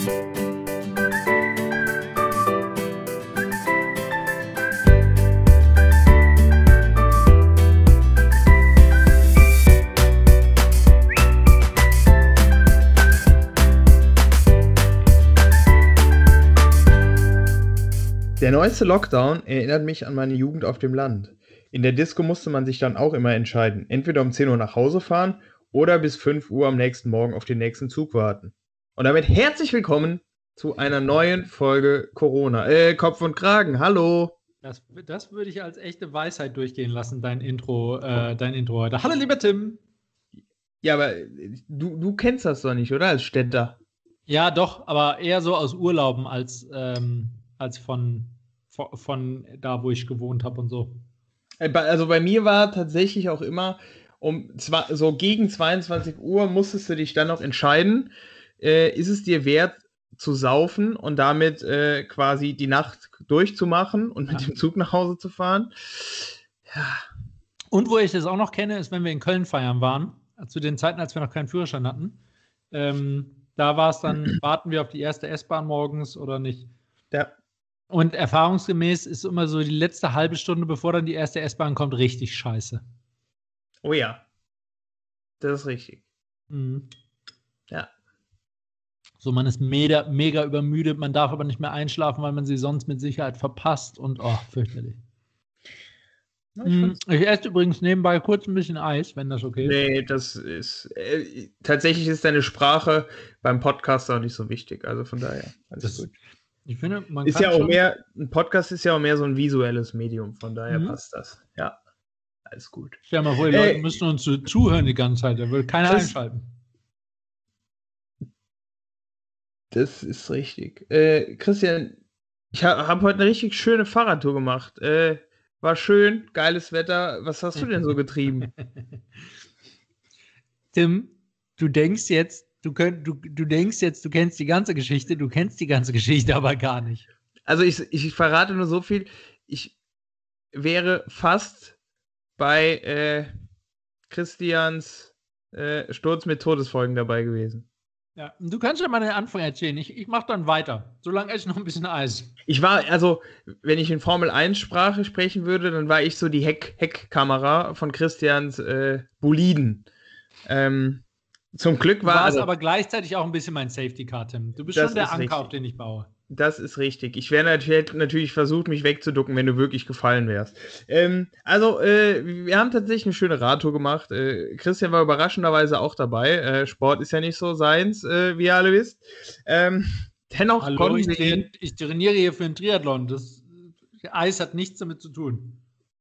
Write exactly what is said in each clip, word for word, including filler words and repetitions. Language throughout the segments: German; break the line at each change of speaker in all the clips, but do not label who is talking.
Der neueste Lockdown erinnert mich an meine Jugend auf dem Land. In der Disco musste man sich dann auch immer entscheiden, entweder um zehn Uhr nach Hause fahren oder bis fünf Uhr am nächsten Morgen auf den nächsten Zug warten. Und damit herzlich willkommen zu einer neuen Folge Corona. Äh, Kopf und Kragen, hallo!
Das, das würde ich als echte Weisheit durchgehen lassen, dein Intro, äh, dein Intro heute. Hallo, lieber Tim!
Ja, aber du, du kennst das doch nicht, oder? Als Städter.
Ja, doch, aber eher so aus Urlauben als, ähm, als von, von, von da, wo ich gewohnt habe und so.
Also bei mir war tatsächlich auch immer, um zwar so gegen zweiundzwanzig Uhr musstest du dich dann noch entscheiden, äh, ist es dir wert zu saufen und damit äh, quasi die Nacht durchzumachen und mit ja. dem Zug nach Hause zu fahren. Ja.
Und wo ich das auch noch kenne, ist, wenn wir in Köln feiern waren, zu den Zeiten, als wir noch keinen Führerschein hatten. Ähm, da war es dann, warten wir auf die erste S-Bahn morgens oder nicht.
Ja.
Und erfahrungsgemäß ist immer so die letzte halbe Stunde, bevor dann die erste S-Bahn kommt, richtig scheiße.
Oh ja. Das ist richtig.
Mhm.
Ja.
So, man ist mega, mega übermüdet, man darf aber nicht mehr einschlafen, weil man sie sonst mit Sicherheit verpasst und oh, fürchterlich. Ich, mhm. ich esse übrigens nebenbei kurz ein bisschen Eis, wenn das okay ist.
Nee, das ist äh, tatsächlich ist deine Sprache beim Podcast auch nicht so wichtig, also von daher alles
das,
gut.
Ich finde, man
ist
kann
ja auch
schon
mehr, ein Podcast ist ja auch mehr so ein visuelles Medium, von daher mhm. passt das. Ja, alles gut.
Stell dir mal vor, die
äh,
Leute müssen uns so zuhören die ganze Zeit, da will keiner
das,
einschalten.
Das ist richtig. Äh, Christian, ich ha- habe heute eine richtig schöne Fahrradtour gemacht. Äh, war schön, geiles Wetter. Was hast du denn so getrieben?
Tim, du denkst jetzt, Du, könnt, du, du denkst jetzt, du kennst die ganze Geschichte, du kennst die ganze Geschichte aber gar nicht.
Also ich, ich verrate nur so viel, ich wäre fast bei äh, Christians äh, Sturz mit Todesfolgen dabei gewesen.
Ja, du kannst ja mal den Anfang erzählen, ich, ich mach dann weiter, solange esse ich noch ein bisschen Eis.
Ich war, also, wenn ich in Formel eins Sprache sprechen würde, dann war ich so die Heck, Heckkamera von Christians äh, Boliden. Ähm, Zum Glück war.
Du warst
also,
aber gleichzeitig auch ein bisschen mein Safety Car, Tim. Du bist schon der Anker,
richtig.
auf den ich baue.
Das ist richtig. Ich wäre natürlich, natürlich versucht, mich wegzuducken, wenn du wirklich gefallen wärst. Ähm, also, äh, wir haben tatsächlich eine schöne Radtour gemacht. Äh, Christian war überraschenderweise auch dabei. Äh, Sport ist ja nicht so seins, äh, wie ihr alle wisst. Ähm, dennoch
Hallo,
konnten
ich,
wir ihn,
ich trainiere hier für einen Triathlon. Das Eis hat nichts damit zu tun.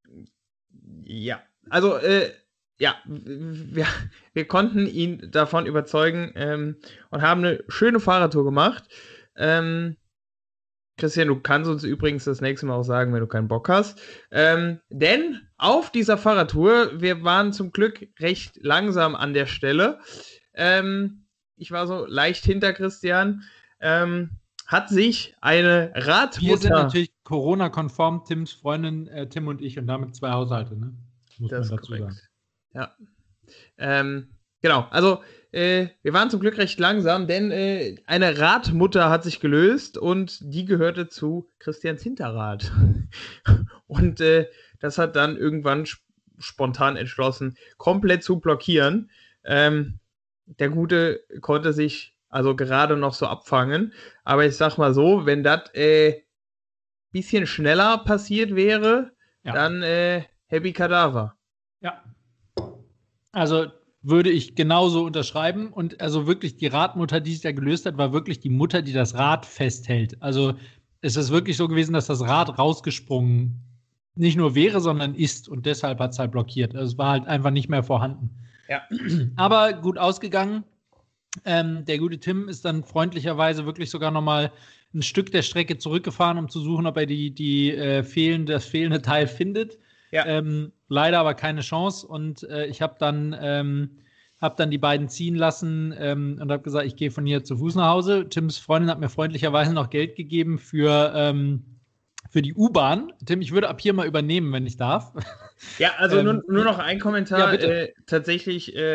Ja, also, äh, Ja, wir, wir konnten ihn davon überzeugen ähm, und haben eine schöne Fahrradtour gemacht. Ähm, Christian, du kannst uns übrigens das nächste Mal auch sagen, wenn du keinen Bock hast. Ähm, denn auf dieser Fahrradtour, wir waren zum Glück recht langsam an der Stelle. Ähm, ich war so leicht hinter Christian. Ähm, hat sich eine Radmutter...
Wir sind natürlich Corona-konform, Tims Freundin, äh, Tim und ich, und damit zwei Haushalte, ne? Muss
das
man
ist
dazu
korrekt.
sagen.
Ja, ähm, genau, also äh, wir waren zum Glück recht langsam, denn äh, eine Radmutter hat sich gelöst und die gehörte zu Christians Hinterrad. Und äh, das hat dann irgendwann sp- spontan entschlossen, komplett zu blockieren. Ähm, der Gute konnte sich also gerade noch so abfangen, aber ich sag mal so, wenn das äh, bisschen schneller passiert wäre,
Ja.
dann äh, Happy Kadaver.
Ja. Also würde ich genauso unterschreiben. Und also wirklich die Radmutter, die sich da gelöst hat, war wirklich die Mutter, die das Rad festhält. Also es ist wirklich so gewesen, dass das Rad rausgesprungen nicht nur wäre, sondern ist. Und deshalb hat es halt blockiert. Also es war halt einfach nicht mehr vorhanden.
Ja.
Aber gut ausgegangen. Ähm, der gute Tim ist dann freundlicherweise wirklich sogar noch mal ein Stück der Strecke zurückgefahren, um zu suchen, ob er die, die, äh, fehlende, das fehlende Teil findet.
Ja.
Ähm, leider aber keine Chance. Und äh, ich habe dann, ähm, hab dann die beiden ziehen lassen ähm, und habe gesagt, ich gehe von hier zu Fuß nach Hause. Tims Freundin hat mir freundlicherweise noch Geld gegeben für, ähm, für die U-Bahn. Tim, ich würde ab hier mal übernehmen, wenn ich darf.
Ja, also
ähm,
nur, nur noch ein Kommentar.
Ja, bitte.
Äh, tatsächlich, äh,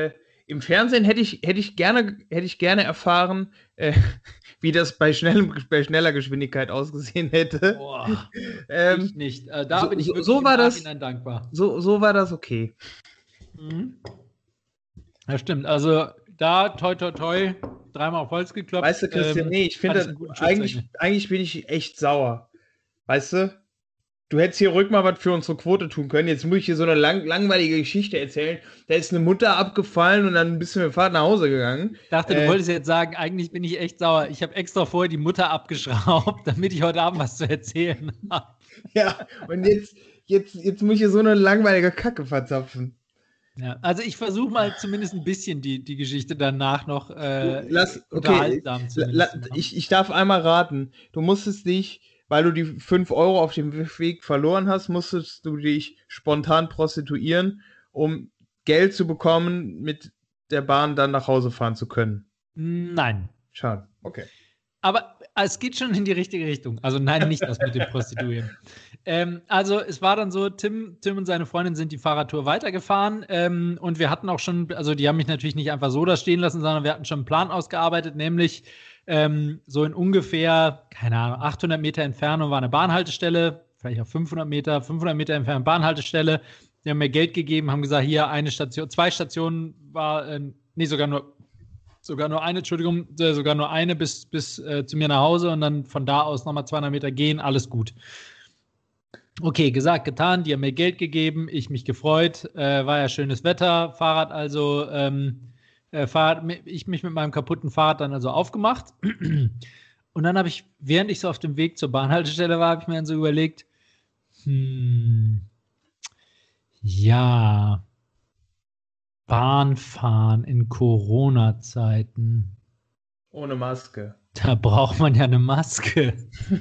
im Fernsehen hätte ich, hätte ich gerne, hätte ich gerne erfahren, äh, wie das bei, schnellem, bei schneller Geschwindigkeit ausgesehen hätte.
Boah,
ähm,
ich nicht. Äh, da
so,
bin ich
so,
wirklich
so
im
war
Nachhinein
das,
dankbar.
so, so war das okay.
Mhm. Ja, stimmt. Also da, toi, toi, toi, dreimal auf Holz geklopft.
Weißt du, Christian,
ähm,
nee, ich
hatte
finde,
einen guten
eigentlich,
Schutzengel.
eigentlich bin ich echt sauer. Weißt du? Du hättest hier ruhig mal was für unsere Quote tun können. Jetzt muss ich hier so eine lang, langweilige Geschichte erzählen. Da ist eine Mutter abgefallen und dann bist du mit dem Vater nach Hause gegangen.
Ich dachte,
Äh,
du wolltest jetzt sagen, eigentlich bin ich echt sauer. Ich habe extra vorher die Mutter abgeschraubt, damit ich heute Abend was zu erzählen habe.
Ja, und jetzt, jetzt, jetzt muss ich hier so eine langweilige Kacke verzapfen.
Ja, also ich versuche mal zumindest ein bisschen die, die Geschichte danach noch äh,
Lass, okay,
unterhaltsam
la,
zumindest zu machen.
ich, ich darf einmal raten. Du musstest dich, weil du die fünf Euro auf dem Weg verloren hast, musstest du dich spontan prostituieren, um Geld zu bekommen, mit der Bahn dann nach Hause fahren zu können.
Nein.
Schade, okay.
Aber es geht schon in die richtige Richtung. Also nein, nicht das mit dem Prostituieren. ähm, also es war dann so, Tim, Tim und seine Freundin sind die Fahrradtour weitergefahren ähm, und wir hatten auch schon, also die haben mich natürlich nicht einfach so da stehen lassen, sondern wir hatten schon einen Plan ausgearbeitet, nämlich ähm, so in ungefähr, keine Ahnung, achthundert Meter Entfernung war eine Bahnhaltestelle, vielleicht auch fünfhundert Meter, fünfhundert Meter entfernt Bahnhaltestelle. Die haben mir Geld gegeben, haben gesagt, hier eine Station, zwei Stationen war, äh, nee, sogar nur Sogar nur eine, Entschuldigung, äh, sogar nur eine bis, bis äh, zu mir nach Hause und dann von da aus nochmal zweihundert Meter gehen, alles gut. Okay, gesagt, getan, die haben mir Geld gegeben, ich mich gefreut, äh, war ja schönes Wetter, Fahrrad also, ähm, äh, Fahrrad, ich mich mit meinem kaputten Fahrrad dann also aufgemacht und dann habe ich, während ich so auf dem Weg zur Bahnhaltestelle war, habe ich mir dann so überlegt, hm, ja, Bahnfahren in Corona-Zeiten.
Ohne Maske.
Da braucht man ja eine Maske.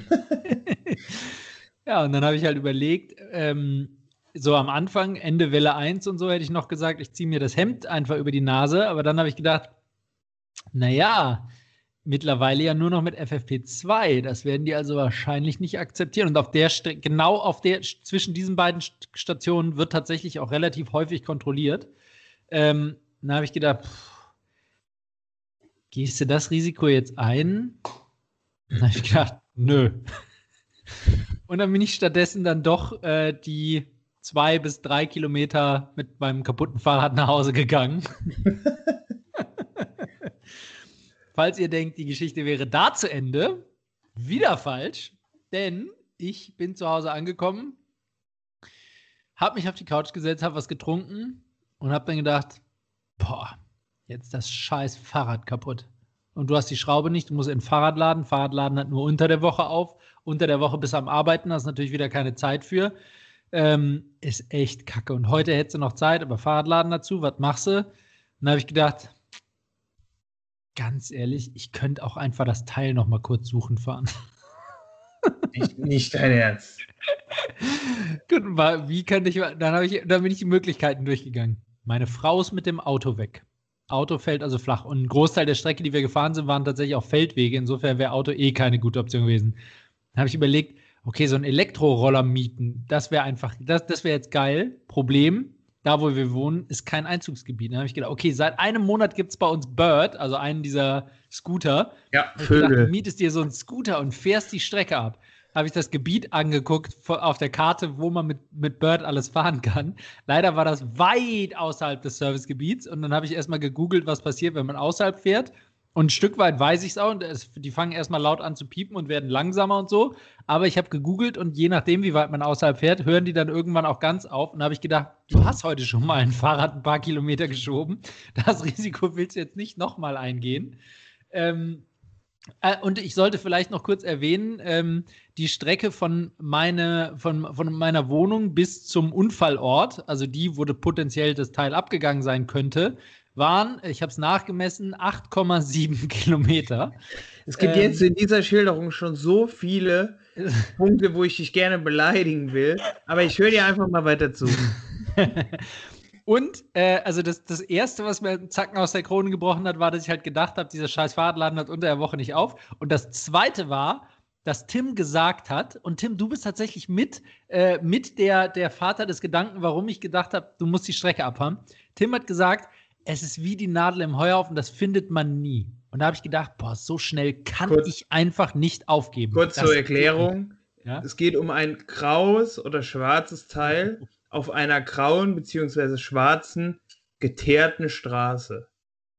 Ja, und dann habe ich halt überlegt, ähm, so am Anfang, Ende Welle eins und so, hätte ich noch gesagt, ich ziehe mir das Hemd einfach über die Nase. Aber dann habe ich gedacht, naja, mittlerweile ja nur noch mit F F P zwei. Das werden die also wahrscheinlich nicht akzeptieren. Und auf der St- genau auf der, zwischen diesen beiden St- Stationen wird tatsächlich auch relativ häufig kontrolliert. Ähm, dann habe ich gedacht, pff, gehst du das Risiko jetzt ein? Dann habe ich gedacht, nö. Und dann bin ich stattdessen dann doch äh, die zwei bis drei Kilometer mit meinem kaputten Fahrrad nach Hause gegangen. Falls ihr denkt, die Geschichte wäre da zu Ende, wieder falsch, denn ich bin zu Hause angekommen, habe mich auf die Couch gesetzt, habe was getrunken und habe dann gedacht, boah, jetzt das scheiß Fahrrad kaputt. Und du hast die Schraube nicht, du musst in den Fahrradladen. Fahrradladen hat nur unter der Woche auf. Unter der Woche bis am Arbeiten, hast natürlich wieder keine Zeit für. Ähm, ist echt kacke. Und heute hättest du noch Zeit, aber Fahrradladen dazu, was machst du? Und dann habe ich gedacht, ganz ehrlich, ich könnte auch einfach das Teil noch mal kurz suchen fahren.
Nicht, nicht dein Ernst.
Gut, war, wie kann ich, dann, habe ich, dann bin ich die Möglichkeiten durchgegangen. Meine Frau ist mit dem Auto weg. Auto fällt also flach. Und ein Großteil der Strecke, die wir gefahren sind, waren tatsächlich auch Feldwege. Insofern wäre Auto eh keine gute Option gewesen. Dann habe ich überlegt, okay, so ein Elektroroller mieten, das wäre einfach, das, das wäre jetzt geil. Problem, da wo wir wohnen, ist kein Einzugsgebiet. Dann habe ich gedacht, okay, seit einem Monat gibt es bei uns Bird, also einen dieser Scooter.
Ja,
ich gedacht,
Vögel.
du mietest dir so einen Scooter und fährst die Strecke ab. Habe ich das Gebiet angeguckt auf der Karte, wo man mit, mit Bird alles fahren kann. Leider war das weit außerhalb des Servicegebiets und dann habe ich erstmal gegoogelt, was passiert, wenn man außerhalb fährt. Und ein Stück weit weiß ich es auch und es, die fangen erstmal laut an zu piepen und werden langsamer und so. Aber ich habe gegoogelt und je nachdem, wie weit man außerhalb fährt, hören die dann irgendwann auch ganz auf. Und da habe ich gedacht, du hast heute schon mal ein Fahrrad ein paar Kilometer geschoben. Das Risiko willst du jetzt nicht nochmal eingehen. Ähm, äh, und ich sollte vielleicht noch kurz erwähnen, ähm, die Strecke von, meine, von, von meiner Wohnung bis zum Unfallort, also die, wo potenziell das Teil abgegangen sein könnte, waren, ich habe es nachgemessen, acht Komma sieben Kilometer.
Es gibt ähm, jetzt in dieser Schilderung schon so viele Punkte, wo ich dich gerne beleidigen will, aber ich höre dir einfach mal weiter zu.
Und, äh, also das, das Erste, was mir einen Zacken aus der Krone gebrochen hat, war, dass ich halt gedacht habe, dieser scheiß Fahrradladen hat unter der Woche nicht auf. Und das Zweite war, dass Tim gesagt hat, und Tim, du bist tatsächlich mit, äh, mit der, der Vater des Gedanken, warum ich gedacht habe, du musst die Strecke abfahren. Tim hat gesagt, es ist wie die Nadel im Heuhaufen, das findet man nie. Und da habe ich gedacht, boah, so schnell kann
Kurz,
ich einfach nicht aufgeben.
Kurz
das
zur Erklärung.
Ja?
Es geht um ein graues oder schwarzes Teil auf einer grauen bzw. schwarzen geteerten Straße.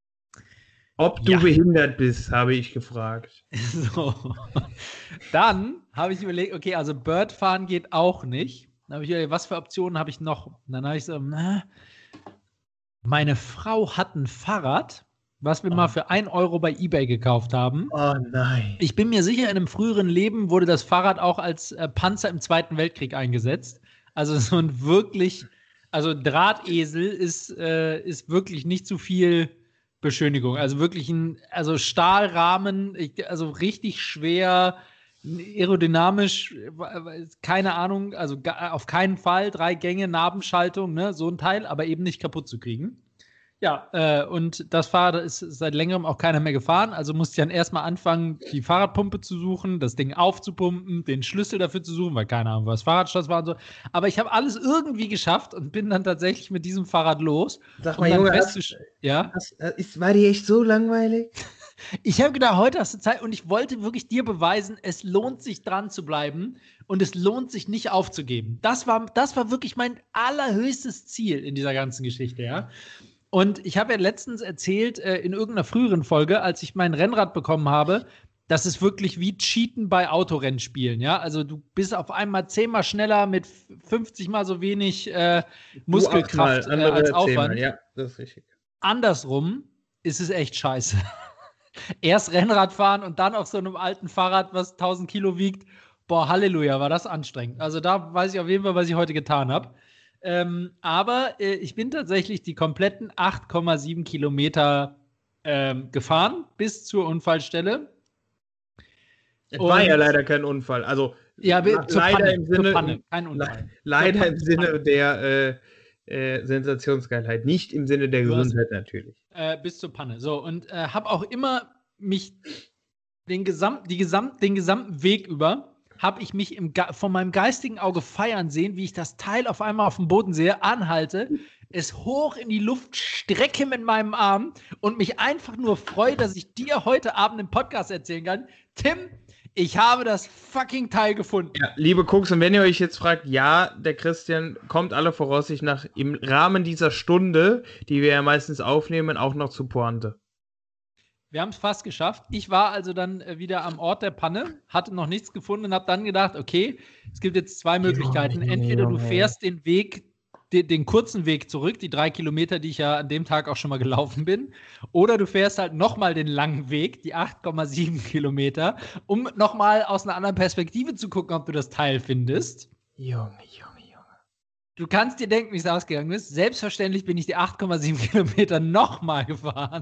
Ob du
Ja.
behindert bist, habe ich gefragt.
So. Dann habe ich überlegt, okay, also Bird fahren geht auch nicht. Dann habe ich überlegt, was für Optionen habe ich noch? Und dann habe ich so, na, meine Frau hat ein Fahrrad, was wir oh. mal für ein Euro bei eBay gekauft haben.
Oh nein.
Ich bin mir sicher, in einem früheren Leben wurde das Fahrrad auch als äh, Panzer im Zweiten Weltkrieg eingesetzt. Also so ein wirklich, also Drahtesel ist, äh, ist wirklich nicht zu viel Beschönigung. Also wirklich ein, also Stahlrahmen, also richtig schwer, aerodynamisch, keine Ahnung, also auf keinen Fall, drei Gänge, Nabenschaltung, ne, so ein Teil, aber eben nicht kaputt zu kriegen. Ja, äh, und das Fahrrad ist seit längerem auch keiner mehr gefahren, also musste ich dann erstmal anfangen, die Fahrradpumpe zu suchen, das Ding aufzupumpen, den Schlüssel dafür zu suchen, weil keine Ahnung, was Fahrradschloss war und so. Aber ich habe alles irgendwie geschafft und bin dann tatsächlich mit diesem Fahrrad los.
Sag mal, Junge, hast,
ja?
hast, ist, war dir echt so langweilig?
Ich habe gedacht, heute hast du Zeit und ich wollte wirklich dir beweisen, es lohnt sich dran zu bleiben und es lohnt sich nicht aufzugeben. Das war, das war wirklich mein allerhöchstes Ziel in dieser ganzen Geschichte, ja. Und ich habe ja letztens erzählt, äh, in irgendeiner früheren Folge, als ich mein Rennrad bekommen habe, das ist wirklich wie Cheaten bei Autorennspielen, ja. Also du bist auf einmal zehnmal schneller mit fünfzig mal so wenig äh, Muskelkraft äh, als Aufwand.
Ja, das ist richtig.
Andersrum ist es echt scheiße. Erst Rennrad fahren und dann auf so einem alten Fahrrad, was tausend Kilo wiegt. Boah, Halleluja, war das anstrengend. Also da weiß ich auf jeden Fall, was ich heute getan habe. Ähm, aber äh, ich bin tatsächlich die kompletten acht Komma sieben Kilometer ähm, gefahren bis zur Unfallstelle.
Es war ja leider kein Unfall. Also
ja,
leider
Panne,
im Sinne,
Panne, kein Unfall.
Le leider im Sinne der äh, äh, Sensationsgeilheit, nicht im Sinne der Gesundheit natürlich.
Äh, bis zur Panne. So, und äh, habe auch immer mich den, Gesamt, die Gesamt, den gesamten Weg über habe ich mich im von meinem geistigen Auge feiern sehen, wie ich das Teil auf einmal auf dem Boden sehe, anhalte, es hoch in die Luft strecke mit meinem Arm und mich einfach nur freue, dass ich dir heute Abend im Podcast erzählen kann, Tim, ich habe das fucking Teil gefunden.
Ja, liebe Cooks, und wenn ihr euch jetzt fragt, ja, der Christian kommt aller Voraussicht nach im Rahmen dieser Stunde, die wir ja meistens aufnehmen, auch noch zu Pointe.
Wir haben es fast geschafft. Ich war also dann äh, wieder am Ort der Panne, hatte noch nichts gefunden und habe dann gedacht, okay, es gibt jetzt zwei Möglichkeiten. Entweder du fährst den Weg, den, den kurzen Weg zurück, die drei Kilometer, die ich ja an dem Tag auch schon mal gelaufen bin, oder du fährst halt nochmal den langen Weg, die acht Komma sieben Kilometer, um nochmal aus einer anderen Perspektive zu gucken, ob du das Teil findest.
Junge, Junge, Junge.
Du kannst dir denken, wie es ausgegangen ist. Selbstverständlich bin ich die acht Komma sieben Kilometer nochmal gefahren.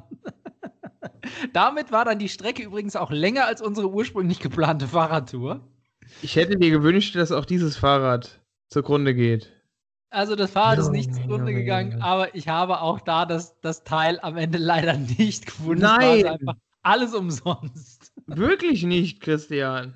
Damit war dann die Strecke übrigens auch länger als unsere ursprünglich geplante Fahrradtour.
Ich hätte dir gewünscht, dass auch dieses Fahrrad zugrunde geht.
Also das Fahrrad ist nicht zugrunde gegangen, aber ich habe auch da das, das Teil am Ende leider nicht gefunden.
Nein!
Es war einfach alles umsonst.
Wirklich nicht, Christian.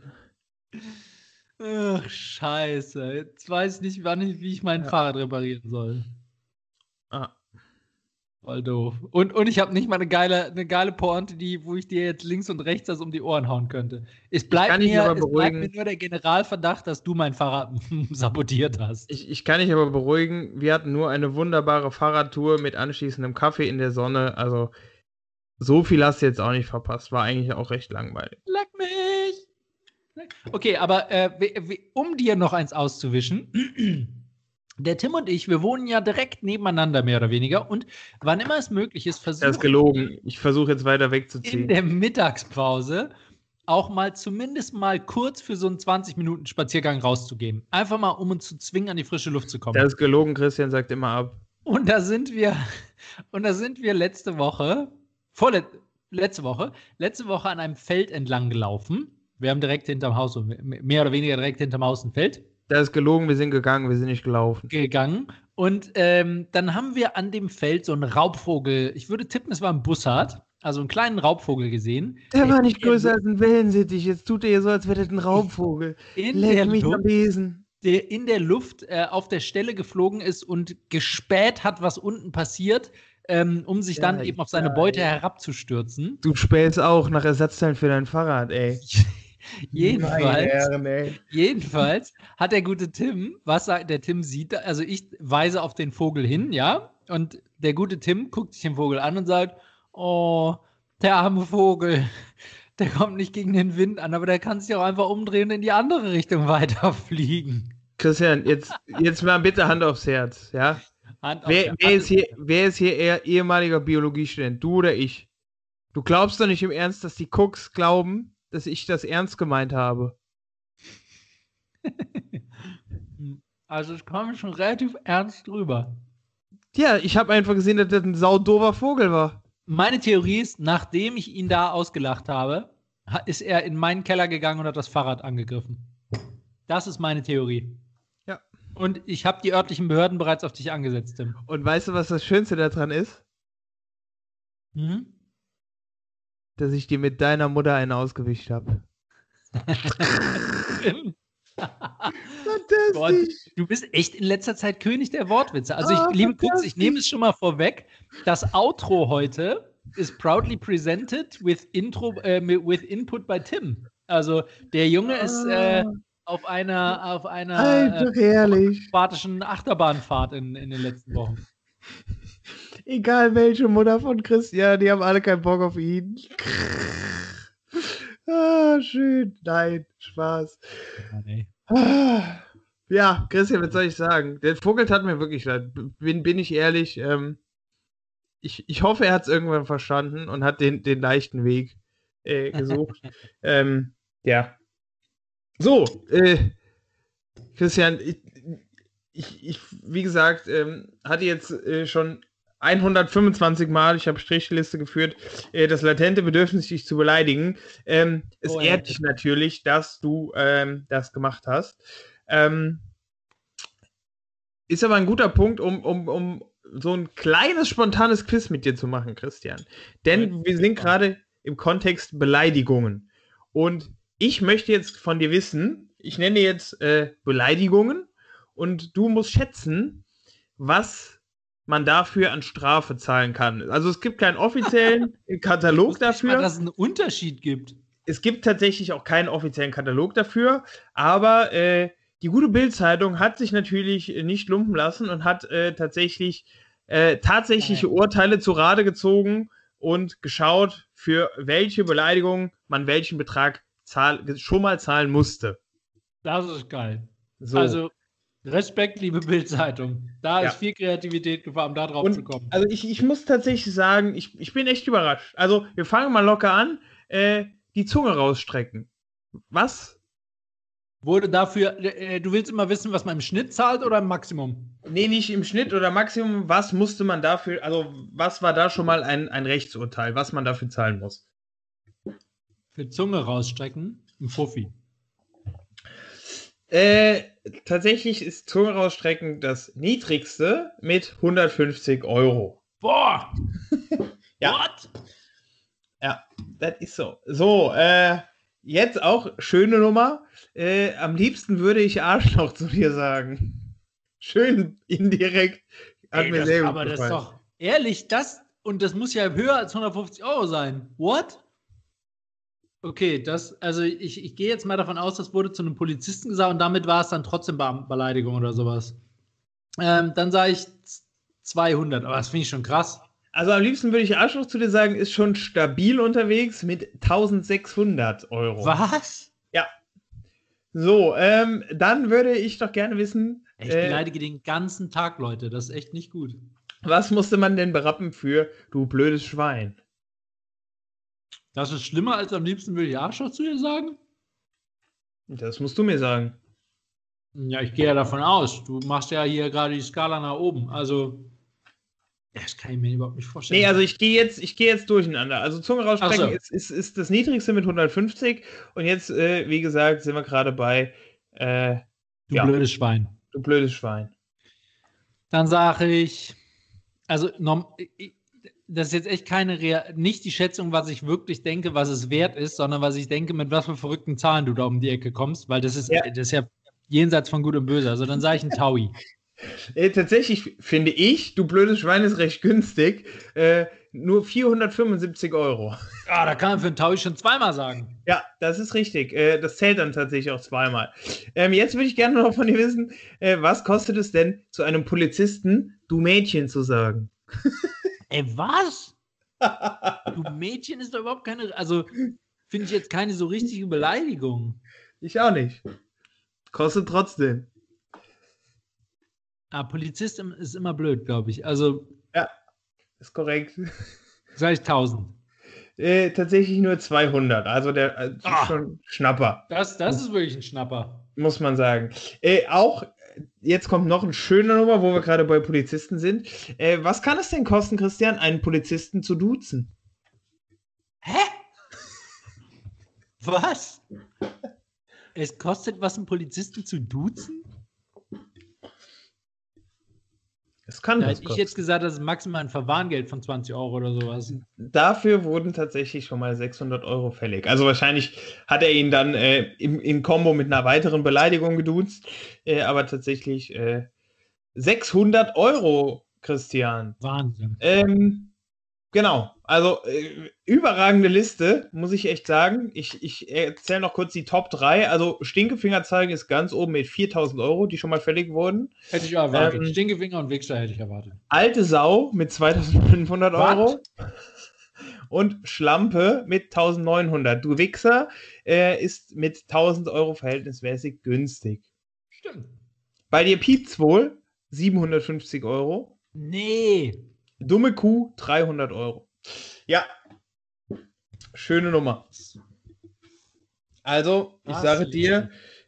Ach, scheiße. Jetzt weiß ich nicht, wann ich, wie ich mein ja. Fahrrad reparieren soll.
Ah.
Voll doof. Und, und ich habe nicht mal eine geile, eine geile Pointe, die, wo ich dir jetzt links und rechts das um die Ohren hauen könnte. Es bleibt, mir, es bleibt mir nur der Generalverdacht, dass du mein Fahrrad sabotiert hast.
Ich, ich kann dich aber beruhigen, wir hatten nur eine wunderbare Fahrradtour mit anschließendem Kaffee in der Sonne. Also so viel hast du jetzt auch nicht verpasst. War eigentlich auch recht langweilig.
Leck mich! Okay, aber äh, um dir noch eins auszuwischen, der Tim und ich, wir wohnen ja direkt nebeneinander, mehr oder weniger. Und wann immer es möglich ist, versuchen
Das ist gelogen. Ich versuche jetzt weiter wegzuziehen.
In der Mittagspause auch mal zumindest mal kurz für so einen zwanzig Minuten Spaziergang rauszugehen. Einfach mal, um uns zu zwingen, an die frische Luft zu kommen.
Das ist gelogen, Christian sagt immer ab.
Und da sind wir, und da sind wir letzte Woche, vorlet, letzte Woche, letzte Woche an einem Feld entlang gelaufen. Wir haben direkt hinterm Haus, mehr oder weniger direkt hinterm Haus ein Feld.
Das ist gelogen, wir sind gegangen, wir sind nicht gelaufen.
Gegangen. Und ähm, dann haben wir an dem Feld so einen Raubvogel, ich würde tippen, es war ein Bussard, also einen kleinen Raubvogel gesehen.
Der, der war nicht größer als ein Wellensittich. Jetzt tut er so, als wäre das ein Raubvogel.
In
Leck
der
mich
Luft,
am Besen.
Der in der Luft äh, auf der Stelle geflogen ist und gespäht hat, was unten passiert. ähm, um sich
Ja,
dann eben auf seine
ja,
Beute
ey.
herabzustürzen.
Du spähst auch nach Ersatzteilen für dein Fahrrad, ey. Meine
Jedenfalls,
Herren, ey.
jedenfalls hat der gute Tim, was sagt der Tim sieht, also ich weise auf den Vogel hin, ja, und der gute Tim guckt sich den Vogel an und sagt, oh, der arme Vogel, der kommt nicht gegen den Wind an, aber der kann sich auch einfach umdrehen und in die andere Richtung weiterfliegen.
Christian, jetzt, jetzt mal bitte Hand aufs Herz, ja?
Hand auf
Wer,
der-
wer, ist hier, wer ist hier eher ehemaliger Biologiestudent? Du oder ich? Du glaubst doch nicht im Ernst, dass die Cooks glauben, dass ich das ernst gemeint habe.
Also es kam schon relativ ernst drüber.
Ja, ich habe einfach gesehen, dass das ein saudover Vogel war.
Meine Theorie ist, nachdem ich ihn da ausgelacht habe, ha- ist er in meinen Keller gegangen und hat das Fahrrad angegriffen. Das ist meine Theorie.
Ja.
Und ich habe die örtlichen Behörden bereits auf dich angesetzt, Tim.
Und weißt du, was das Schönste daran ist?
Mhm.
Dass ich dir mit deiner Mutter einen ausgewischt habe.
Gott, du bist echt in letzter Zeit König der Wortwitze. Also, ich,
Ah,
liebe Cooks, ich
fantastisch.
nehme es schon mal vorweg. Das Outro heute ist proudly presented with, intro, äh, mit- with input by Tim. Also, der Junge ist äh, auf einer, auf einer
Einfach herrlich.
aquatischen Achterbahnfahrt in, in den letzten Wochen.
Egal welche Mutter von Christian, die haben alle keinen Bock auf ihn. Ah, schön. Nein, Spaß. Ah. Ja, Christian, was soll ich sagen? Der Vogel tat mir wirklich leid. Bin, bin ich ehrlich. Ähm, ich, ich hoffe, er hat es irgendwann verstanden und hat den, den leichten Weg äh, gesucht. ähm, ja. So, äh, Christian, ich, ich, ich, wie gesagt, ähm, hatte jetzt äh, schon hundertfünfundzwanzig Mal, ich habe Strichliste geführt, äh, das latente Bedürfnis, dich zu beleidigen. Ähm, es
Oh,
ehrt
ja.
dich natürlich, dass du ähm, das gemacht hast. Ähm, ist aber ein guter Punkt, um, um, um so ein kleines, spontanes Quiz mit dir zu machen, Christian. Denn wir sind gerade im Kontext Beleidigungen. Und ich möchte jetzt von dir wissen, ich nenne jetzt äh, Beleidigungen und du musst schätzen, was man dafür an Strafe zahlen kann. Also es gibt keinen offiziellen Katalog dafür.
Mal, dass es einen Unterschied gibt.
Es gibt tatsächlich auch keinen offiziellen Katalog dafür, aber äh, die gute Bild-Zeitung hat sich natürlich nicht lumpen lassen und hat äh, tatsächlich äh, tatsächliche
Nein.
Urteile zu Rate gezogen und geschaut, für welche Beleidigung man welchen Betrag zahl- schon mal zahlen musste.
Das ist geil.
So.
Also, Respekt, liebe Bild-Zeitung. Da
Ja.
ist viel Kreativität gefragt, um da drauf
Und,
zu kommen.
also ich, ich muss tatsächlich sagen, ich, ich bin echt überrascht. Also wir fangen mal locker an. Äh, die Zunge rausstrecken. Was?
Wurde dafür, äh, du willst immer wissen, was man im Schnitt zahlt oder im Maximum?
Nee, nicht im Schnitt oder Maximum. Was musste man dafür, also was war da schon mal ein, ein Rechtsurteil, was man dafür zahlen muss?
Für Zunge rausstrecken, ein Fuffi.
Äh, tatsächlich ist Zunge rausstrecken das niedrigste mit hundertfünfzig Euro.
Boah!
Ja.
What?
Ja, das ist so. So, äh, jetzt auch schöne Nummer. Äh, am liebsten würde ich Arschloch zu dir sagen. Schön indirekt. Hat
Ey,
mir
das,
sehr gut
aber das ist
gefallen.
doch ehrlich, das und das muss ja höher als hundertfünfzig Euro sein. What? Okay, das, also ich, ich gehe jetzt mal davon aus, das wurde zu einem Polizisten gesagt und damit war es dann trotzdem Beamtenbeleidigung oder sowas. Ähm, dann sage ich zweihundert, aber das finde ich schon krass.
Also am liebsten würde ich Arschloch zu dir sagen, ist schon stabil unterwegs mit eintausendsechshundert Euro.
Was?
Ja. So, ähm, dann würde ich doch gerne wissen,
Ich
äh,
beleidige den ganzen Tag, Leute. Das ist echt nicht gut.
was musste man denn berappen für du blödes Schwein?
Das ist schlimmer als am liebsten würde ich Arschloch zu dir sagen?
Das musst du mir sagen.
Ja, ich gehe ja davon aus. Du machst ja hier gerade die Skala nach oben. Also, das kann ich mir überhaupt nicht vorstellen.
Nee, also ich gehe jetzt, ich gehe jetzt durcheinander. Also Zunge rausstrecken
Ach so.
ist, ist, ist das niedrigste mit hundertfünfzig und jetzt, äh, wie gesagt, sind wir gerade bei äh,
du
ja.
blödes Schwein.
du blödes Schwein.
Dann sage ich, also norm- ich- das ist jetzt echt keine Rea- nicht die Schätzung, was ich wirklich denke, was es wert ist, sondern was ich denke, mit was für verrückten Zahlen du da um die Ecke kommst, weil das ist
Ja.
das ist ja jenseits von Gut und Böse. Also dann sage ich ein Taui.
Äh, tatsächlich finde ich, du blödes Schwein, ist recht günstig. Äh, nur vierhundertfünfundsiebzig Euro.
Ah, da kann man für einen Taui schon zweimal sagen.
Ja, das ist richtig. Äh, das zählt dann tatsächlich auch zweimal. Ähm, jetzt würde ich gerne noch von dir wissen, äh, was kostet es denn, zu einem Polizisten du Mädchen zu sagen?
Ey, was? Du Mädchen ist doch überhaupt keine, also finde ich jetzt keine so richtige Beleidigung.
Ich auch nicht. Kostet trotzdem.
Ah, Polizist ist immer blöd, glaube ich. Also.
Ja, ist korrekt.
Sag ich tausend.
Äh, tatsächlich nur zweihundert. Also der äh,
ah,
schon Schnapper.
Das, das ist wirklich ein Schnapper.
Muss man sagen. Äh, auch, jetzt kommt noch eine schöne Nummer, wo wir gerade bei Polizisten sind. Äh, was kann es denn kosten, Christian, einen Polizisten zu duzen?
Hä? Was? Es kostet was, einen Polizisten zu duzen?
Es kann
da
was
hätte ich
kosten.
jetzt gesagt, das ist maximal ein Verwarngeld von zwanzig Euro oder sowas.
Dafür wurden tatsächlich schon mal sechshundert Euro fällig. Also wahrscheinlich hat er ihn dann äh, im, im Kombo mit einer weiteren Beleidigung geduzt. Äh, aber tatsächlich äh, sechshundert Euro, Christian.
Wahnsinn.
Ähm, genau, also äh, überragende Liste, muss ich echt sagen. Ich, ich erzähle noch kurz die Top drei. Also Stinkefinger zeigen ist ganz oben mit viertausend Euro, die schon mal fällig wurden.
Hätte ich erwartet.
Ähm,
Stinkefinger und Wichser hätte ich erwartet.
Alte Sau mit zweitausendfünfhundert Euro.
What?
Und Schlampe mit eintausendneunhundert. Du Wichser äh, ist mit tausend Euro verhältnismäßig günstig.
Stimmt.
Bei dir piept's wohl siebenhundertfünfzig Euro.
Nee.
Dumme Kuh dreihundert Euro. Ja. Schöne Nummer. Also, ich
Was
sage
ist
dir,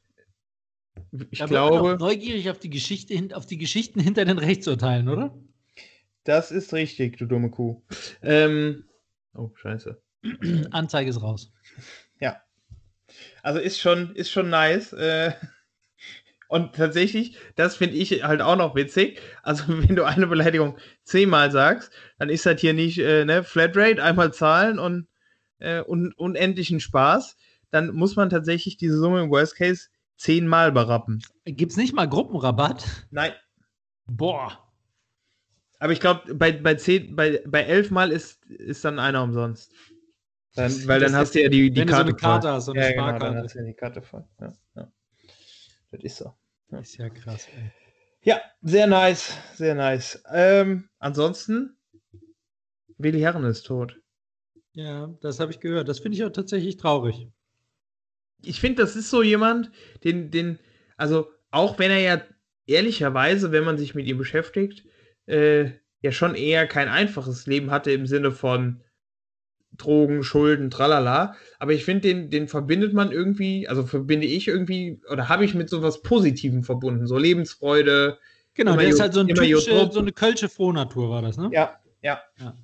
ich
da
glaube.
wird man doch neugierig auf die, Geschichte, auf die Geschichten hinter den Rechtsurteilen, oder?
Das ist richtig, du dumme Kuh. Ähm, oh, scheiße.
Anzeige ist raus.
Ja. Also ist schon, ist schon nice. Äh, und tatsächlich, das finde ich halt auch noch witzig. Also, wenn du eine Beleidigung zehnmal sagst, dann ist das hier nicht äh, ne, Flatrate, einmal zahlen und äh, un unendlichen Spaß. Dann muss man tatsächlich diese Summe im Worst Case zehnmal berappen.
Gibt es nicht mal Gruppenrabatt?
Nein.
Boah.
Aber ich glaube, bei, bei, bei, bei elf Mal ist, ist dann einer umsonst. Dann, weil das dann hast du ja die, die
wenn
Karte.
Wenn du so eine Karte voll. hast, so eine
ja,
Sparkarte.
Genau, dann hast du ja die Karte voll. Ja, ja. Das ist so.
Ja. Ist ja krass, ey.
Ja, sehr nice, sehr nice. Ähm, ansonsten, Willi Herren ist tot.
Ja, das habe ich gehört. Das finde ich auch tatsächlich traurig.
Ich finde, das ist so jemand, den, den, also auch wenn er ja ehrlicherweise, wenn man sich mit ihm beschäftigt, äh, ja schon eher kein einfaches Leben hatte im Sinne von Drogen, Schulden, tralala. Aber ich finde, den, den verbindet man irgendwie, also verbinde ich irgendwie, oder habe ich mit sowas Positivem verbunden, so Lebensfreude.
Genau, der ist halt so, ein typische, so eine kölsche Frohnatur war das, ne?
Ja, ja. ja.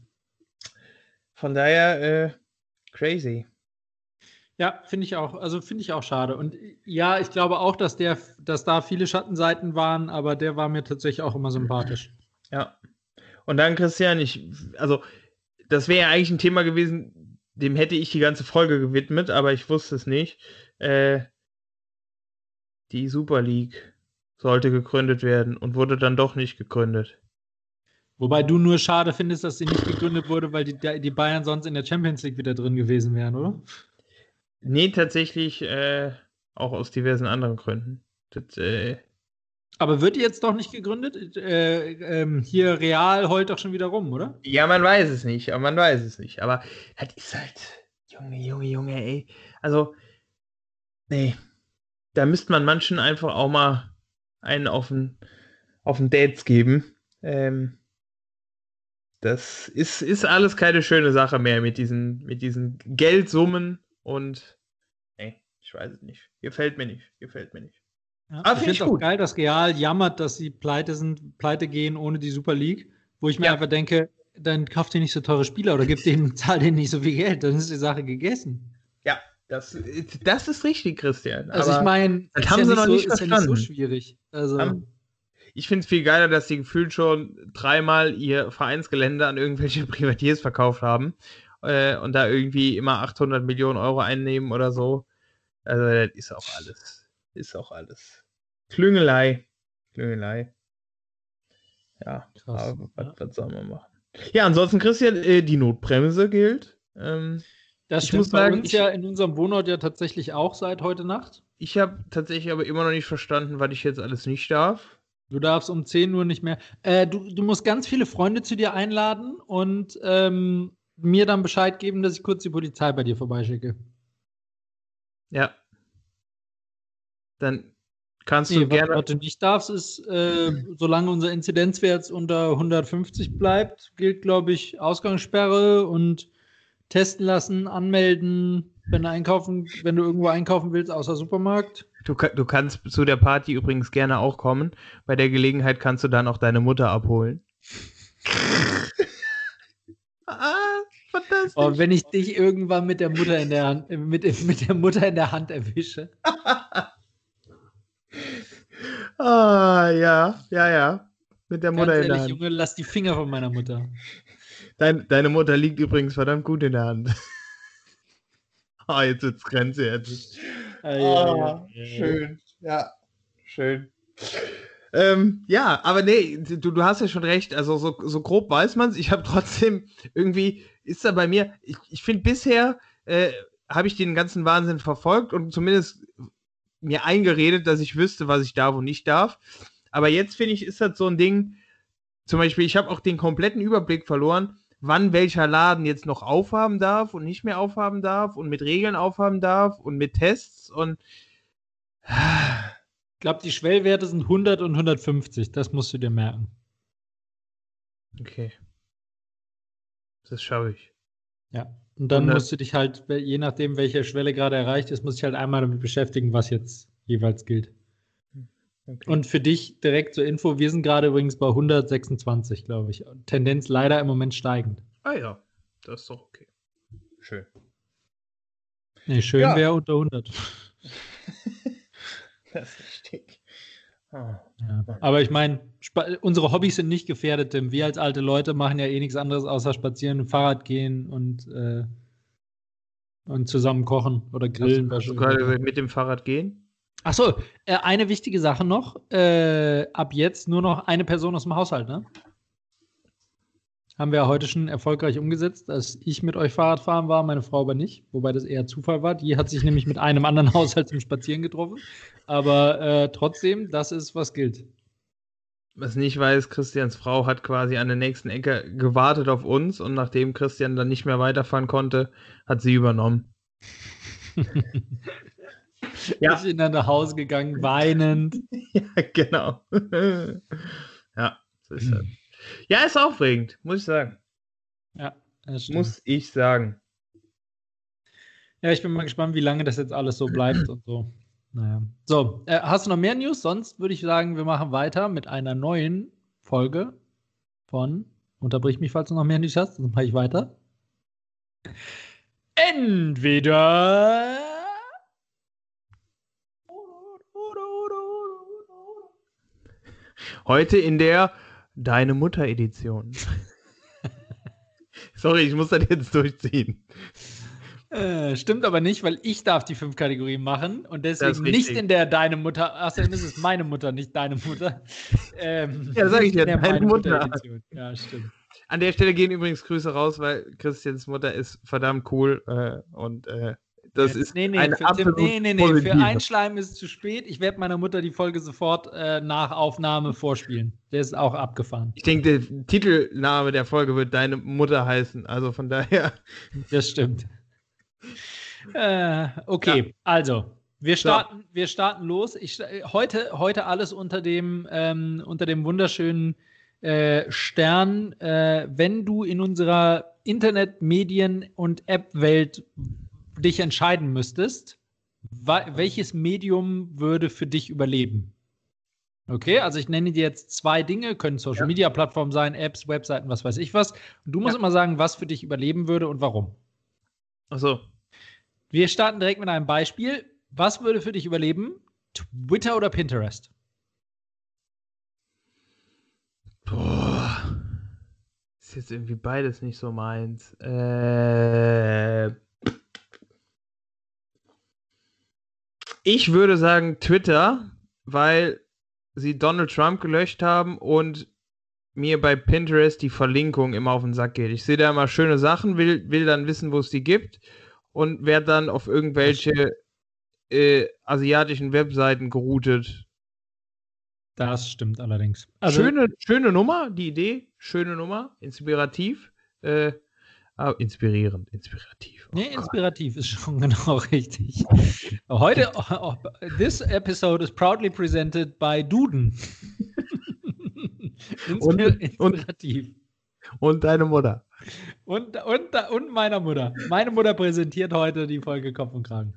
Von daher, äh, crazy.
Ja, finde ich auch, also finde ich auch schade. Und ja, ich glaube auch, dass der, dass da viele Schattenseiten waren, aber der war mir tatsächlich auch immer sympathisch.
Ja. Und dann, Christian, ich, also, das wäre ja eigentlich ein Thema gewesen, dem hätte ich die ganze Folge gewidmet, aber ich wusste es nicht. Äh, die Super League sollte gegründet werden und wurde dann doch nicht gegründet.
Wobei du nur schade findest, dass sie nicht gegründet wurde, weil die, die Bayern sonst in der Champions League wieder drin gewesen wären, oder?
Nee, tatsächlich äh, auch aus diversen anderen Gründen. Das, äh,
Aber wird die jetzt doch nicht gegründet? Äh, ähm, hier Real heult doch schon wieder rum, oder?
Ja, man weiß es nicht, aber man weiß es nicht. Aber das ist halt, Junge, Junge, Junge, ey. Also, nee, da müsste man manchen einfach auch mal einen auf den, auf den Dates geben. Ähm, das ist, ist alles keine schöne Sache mehr mit diesen, mit diesen Geldsummen und nee, ich weiß es nicht. Gefällt mir nicht, gefällt mir nicht.
Ja, aber ich finde es auch geil, dass Real jammert, dass sie pleite sind, pleite gehen ohne die Super League, wo ich mir ja. einfach denke, dann kauft ihr nicht so teure Spieler oder gibt denen, zahlt denen nicht so viel Geld, dann ist die Sache gegessen.
Ja, das, das ist richtig, Christian.
Also ich meine,
das haben ja sie noch
so,
nicht verstanden.
Ist ja nicht so schwierig. Also
um, ich finde es viel geiler, dass sie gefühlt schon dreimal ihr Vereinsgelände an irgendwelche Privatiers verkauft haben äh, und da irgendwie immer achthundert Millionen Euro einnehmen oder so. Also das ist auch alles. Ist auch alles. Klüngelei. Klüngelei. Ja,
Krass,
aber was,
ja.
was soll man machen? Ja, ansonsten, Christian, äh, die Notbremse gilt. Ähm,
Das
ich
stimmt
muss
bei
sagen,
uns
ich,
ja in unserem Wohnort ja tatsächlich auch seit heute Nacht.
ich habe tatsächlich aber immer noch nicht verstanden, was ich jetzt alles nicht darf.
Du darfst um zehn Uhr nicht mehr. Äh, du, du musst ganz viele Freunde zu dir einladen und ähm, mir dann Bescheid geben, dass ich kurz die Polizei bei dir vorbeischicke.
Ja, dann kannst du
Nee, was,
gerne.
was du nicht darfst, ist, äh, solange unser Inzidenzwert unter hundertfünfzig bleibt, gilt, glaube ich, Ausgangssperre und testen lassen, anmelden, wenn du einkaufen, wenn du irgendwo einkaufen willst, außer Supermarkt.
Du, ka- du kannst zu der Party übrigens gerne auch kommen. Bei der Gelegenheit kannst du dann auch deine Mutter abholen. Ah,
Aber
fantastisch.
wenn ich dich irgendwann mit der Mutter in der Hand, äh, mit, mit der Mutter in der Hand erwische.
Ah, ja, ja, ja. Mit der Mutter
Ganz
in der
ehrlich,
Hand.
Junge, lass die Finger von meiner Mutter.
Dein, deine Mutter liegt übrigens verdammt gut in der Hand. Ah, jetzt wird's grenzwertig. Ah, schön. Ja, schön. Ähm, ja, aber nee, du, du hast ja schon recht. Also so, so grob weiß man es. Ich habe trotzdem irgendwie, ist da bei mir, ich, ich finde bisher äh, habe ich den ganzen Wahnsinn verfolgt und zumindest mir eingeredet, dass ich wüsste, was ich darf und nicht darf. Aber jetzt finde ich, ist das so ein Ding, zum Beispiel, ich habe auch den kompletten Überblick verloren, wann welcher Laden jetzt noch aufhaben darf und nicht mehr aufhaben darf und mit Regeln aufhaben darf und mit Tests und
Ich glaube, die Schwellwerte sind hundert und hundertfünfzig. Das musst du dir merken.
okay, das schaffe ich.
Ja. Und dann
hundert
musst du dich halt, je nachdem, welche Schwelle gerade erreicht ist, musst du dich halt einmal damit beschäftigen, was jetzt jeweils gilt.
Okay.
Und für dich direkt zur Info, wir sind gerade übrigens bei hundertsechsundzwanzig, glaube ich. Tendenz leider im Moment steigend.
Ah ja, das ist doch okay. Schön.
Nee, schön
Ja.
wäre unter hundert.
Das ist richtig. Ah.
Ja. Aber ich meine, unsere Hobbys sind nicht gefährdet, Tim. Wir als alte Leute machen ja eh nichts anderes außer spazieren, Fahrrad gehen und, äh, und zusammen kochen oder grillen.
Hast, hast du gerade mit dem Fahrrad gehen?
Achso, äh, eine wichtige Sache noch. Äh, ab jetzt nur noch eine Person aus dem Haushalt, ne? Haben wir ja heute schon erfolgreich umgesetzt, dass ich mit euch Fahrrad fahren war, meine Frau aber nicht, wobei das eher Zufall war. Die hat sich nämlich mit einem anderen Haushalt zum Spazieren getroffen. Aber äh, trotzdem, das ist, was gilt.
Was nicht weiß, Christians Frau hat quasi an der nächsten Ecke gewartet auf uns und nachdem Christian dann nicht mehr weiterfahren konnte, hat sie übernommen.
Ja. Ist dann nach Hause gegangen, weinend.
Ja, genau. Ja, so ist das. Ja, ist aufregend, muss ich sagen.
Ja, das stimmt.
Muss ich sagen.
Ja, ich bin mal gespannt, wie lange das jetzt alles so bleibt und so. Naja. So, äh, hast du noch mehr News? Sonst würde ich sagen, wir machen weiter mit einer neuen Folge von, unterbrich mich, falls du noch mehr News hast, dann mache ich weiter. Entweder
heute in der Deine Mutter-Edition. Sorry, ich muss das jetzt durchziehen.
Äh, stimmt aber nicht, weil ich darf die fünf Kategorien machen und deswegen nicht in der Deine Mutter. Außerdem ist es meine Mutter, nicht deine Mutter. Ähm,
ja, sag ich ja, deine Mutter.
Mutter ja, stimmt.
An der Stelle gehen übrigens Grüße raus, weil Christians Mutter ist verdammt cool äh, und äh, das ist
nee, nee,
eine
für,
absolut
nee, nee, nee, für Einschleimen ist es zu spät. Ich werde meiner Mutter die Folge sofort äh, nach Aufnahme vorspielen. Der ist auch abgefahren.
Ich denke, der Titelname der Folge wird Deine Mutter heißen. Also von daher.
Das stimmt. äh, okay, ja. Also, wir starten, so. wir starten los. Ich, heute, heute alles unter dem, ähm, unter dem wunderschönen äh, Stern. Äh, wenn du in unserer Internet-, Medien- und App-Welt dich entscheiden müsstest, welches Medium würde für dich überleben? Okay, also ich nenne dir jetzt zwei Dinge, können Social-Media-Plattformen sein, Apps, Webseiten, was weiß ich was. Und du musst ja. immer sagen, was für dich überleben würde und warum.
Ach so.
Wir starten direkt mit einem Beispiel. Was würde für dich überleben? Twitter oder Pinterest?
Boah. Ist jetzt irgendwie beides nicht so meins. Äh... Ich würde sagen Twitter, weil sie Donald Trump gelöscht haben und mir bei Pinterest die Verlinkung immer auf den Sack geht. Ich sehe da immer schöne Sachen, will, will dann wissen, wo es die gibt und werde dann auf irgendwelche äh, asiatischen Webseiten geroutet.
Das stimmt allerdings. Also,
schöne, schöne Nummer, die Idee, schöne Nummer, inspirativ, äh, ah, inspirierend, inspirativ. Oh
nee,
Gott.
Inspirativ ist schon genau richtig. Heute, oh, oh, this episode is proudly presented by Duden. Inspir-
Und-
inspirativ.
Und deine Mutter.
Und, und, und meiner Mutter. Meine Mutter präsentiert heute die Folge Kopf und Kragen.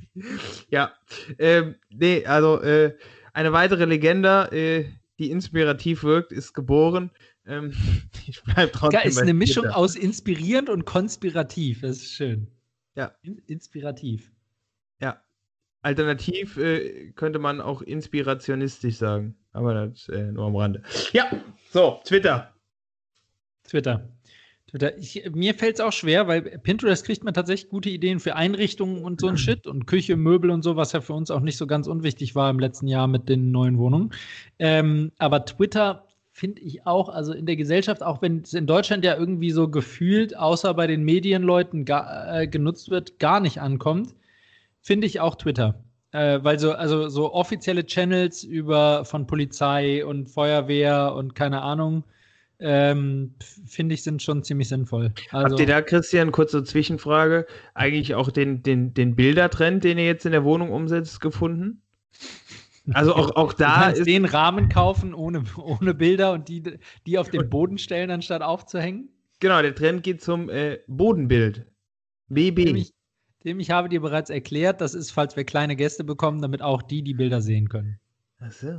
Ja, ähm, nee, also äh, eine weitere Legende, äh, die inspirativ wirkt, ist geboren. Ähm, ich bleib trotzdem
Ja, ist
bei
eine Mischung
Twitter.
aus inspirierend und konspirativ. Das ist schön.
Ja.
In, inspirativ.
Ja. Alternativ äh, könnte man auch inspirationistisch sagen. Aber das äh, nur am Rande. Ja, so, Twitter.
Twitter. Twitter. Ich, mir fällt es auch schwer, weil Pinterest kriegt man tatsächlich gute Ideen für Einrichtungen und so ein Shit und Küche, Möbel und so, was ja für uns auch nicht so ganz unwichtig war im letzten Jahr mit den neuen Wohnungen. Ähm, aber Twitter finde ich auch, also in der Gesellschaft, auch wenn es in Deutschland ja irgendwie so gefühlt, außer bei den Medienleuten gar, äh, genutzt wird, gar nicht ankommt, finde ich auch Twitter. Äh, weil so, also so offizielle Channels über von Polizei und Feuerwehr und keine Ahnung, ähm, finde ich, sind schon ziemlich sinnvoll. Also,
Habt ihr da, Christian, kurze Zwischenfrage, eigentlich auch den, den, den Bildertrend, den ihr jetzt in der Wohnung umsetzt, gefunden? Also auch, auch
du
da
kannst
ist...
den Rahmen kaufen ohne, ohne Bilder und die, die auf den Boden stellen, anstatt aufzuhängen.
Genau, der Trend geht zum äh, Bodenbild. B B.
Dem ich, dem ich habe dir bereits erklärt, das ist, falls wir kleine Gäste bekommen, damit auch die die Bilder sehen können.
Ach so.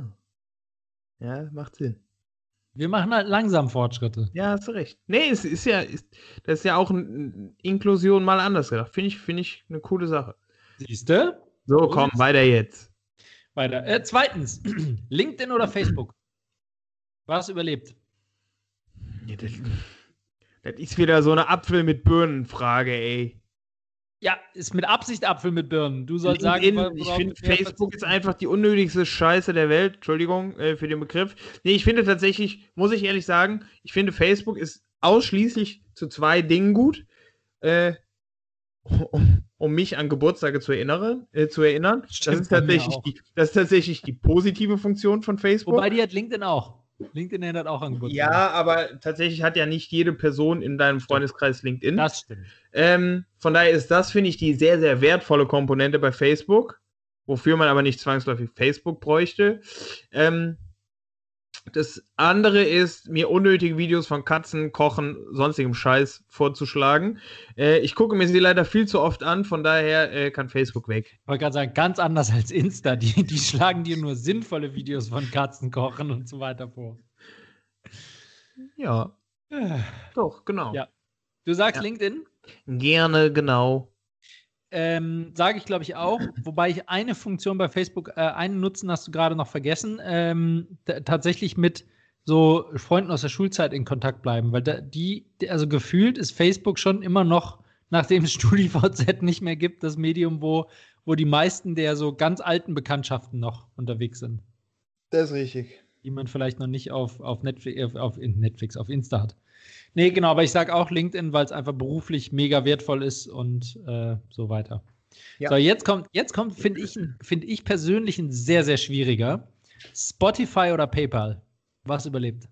Ja, macht Sinn.
Wir machen halt langsam Fortschritte.
Ja, hast du recht. Nee, es ist ja, ist, das ist ja auch ein, Inklusion mal anders gedacht. Finde ich, finde ich eine coole Sache.
Siehst du?
So,
So
komm,
sieht's-
weiter jetzt.
Weiter. Äh, zweitens, LinkedIn oder Facebook? Was überlebt?
Ja, das, das ist wieder so eine Apfel mit Birnen-Frage, ey.
Ja, ist mit Absicht Apfel mit Birnen. Du sollst
LinkedIn,
sagen,
ich
worauf
finde,
du mehr
Facebook ist
verzichten
einfach die unnötigste Scheiße der Welt. Entschuldigung äh, für den Begriff. Nee, ich finde tatsächlich, muss ich ehrlich sagen, ich finde, Facebook ist ausschließlich zu zwei Dingen gut. Äh, um, um mich an Geburtstage zu erinnern. Äh, zu erinnern. Das,
Stimmt
ist
bei mir
tatsächlich
auch.
die, das ist tatsächlich die positive Funktion von Facebook.
Wobei die hat LinkedIn auch. LinkedIn erinnert auch an Geburtstag.
Ja, aber tatsächlich hat ja nicht jede Person in deinem Freundeskreis LinkedIn.
Das stimmt.
Ähm, von daher ist das, finde ich, die sehr, sehr wertvolle Komponente bei Facebook, wofür man aber nicht zwangsläufig Facebook bräuchte. Ähm, das andere ist, mir unnötige Videos von Katzen, Kochen, sonstigem Scheiß vorzuschlagen. Äh, ich gucke mir sie leider viel zu oft an, von daher äh, kann Facebook weg.
Ich wollte gerade sagen, ganz anders als Insta. Die, die schlagen dir nur sinnvolle Videos von Katzen kochen und so weiter vor.
Ja, doch, genau.
Ja. Du sagst
Ja.
LinkedIn?
Gerne, genau.
Ähm, sage ich, glaube ich, auch. Wobei ich eine Funktion bei Facebook, äh, einen Nutzen hast du gerade noch vergessen, ähm, t- tatsächlich mit so Freunden aus der Schulzeit in Kontakt bleiben. Weil da, die, also gefühlt ist Facebook schon immer noch, nachdem es StudiVZ nicht mehr gibt, das Medium, wo, wo die meisten der so ganz alten Bekanntschaften noch unterwegs sind.
Das ist richtig.
Die man vielleicht noch nicht auf, auf, Netflix, auf, auf Netflix, auf Insta hat. Nee, genau, aber ich sage auch LinkedIn, weil es einfach beruflich mega wertvoll ist und äh, so weiter.
Ja.
So, jetzt kommt, jetzt kommt, finde ich, find ich persönlich ein sehr, sehr schwieriger. Spotify oder PayPal? Was überlebt?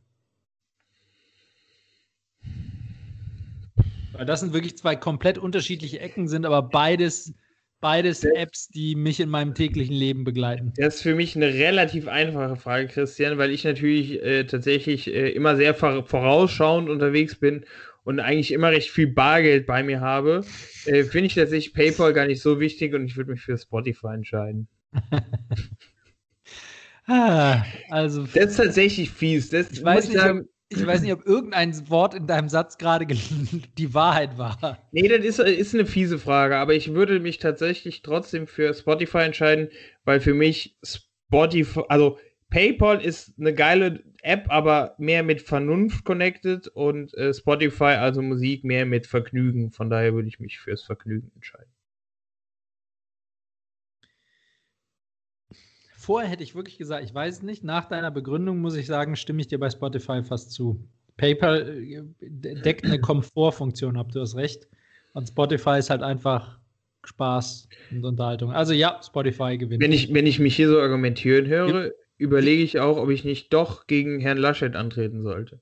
Weil das sind wirklich zwei komplett unterschiedliche Ecken, sind aber beides, beides Apps, die mich in meinem täglichen Leben begleiten.
Das ist für mich eine relativ einfache Frage, Christian, weil ich natürlich äh, tatsächlich äh, immer sehr vorausschauend unterwegs bin und eigentlich immer recht viel Bargeld bei mir habe. Äh, Finde ich tatsächlich PayPal gar nicht so wichtig und ich würde mich für Spotify entscheiden.
Ah, also,
Das ist tatsächlich fies. Das
ich
muss
weiß
ich
nicht,
sagen.
ob, ich weiß nicht, ob irgendein Wort in deinem Satz gerade die Wahrheit war.
Nee, das ist, ist eine fiese Frage, aber ich würde mich tatsächlich trotzdem für Spotify entscheiden, weil für mich Spotify, also PayPal ist eine geile App, aber mehr mit Vernunft connected und äh, Spotify, also Musik, mehr mit Vergnügen. Von daher würde ich mich fürs Vergnügen entscheiden.
vorher hätte ich wirklich gesagt, ich weiß es nicht. Nach deiner Begründung muss ich sagen, stimme ich dir bei Spotify fast zu. PayPal äh, deckt eine Komfortfunktion ab, du hast recht. Und Spotify ist halt einfach Spaß und Unterhaltung. Also ja, Spotify gewinnt.
Wenn ich, wenn ich mich hier so argumentieren höre, überlege ich auch, ob ich nicht doch gegen Herrn Laschet antreten sollte.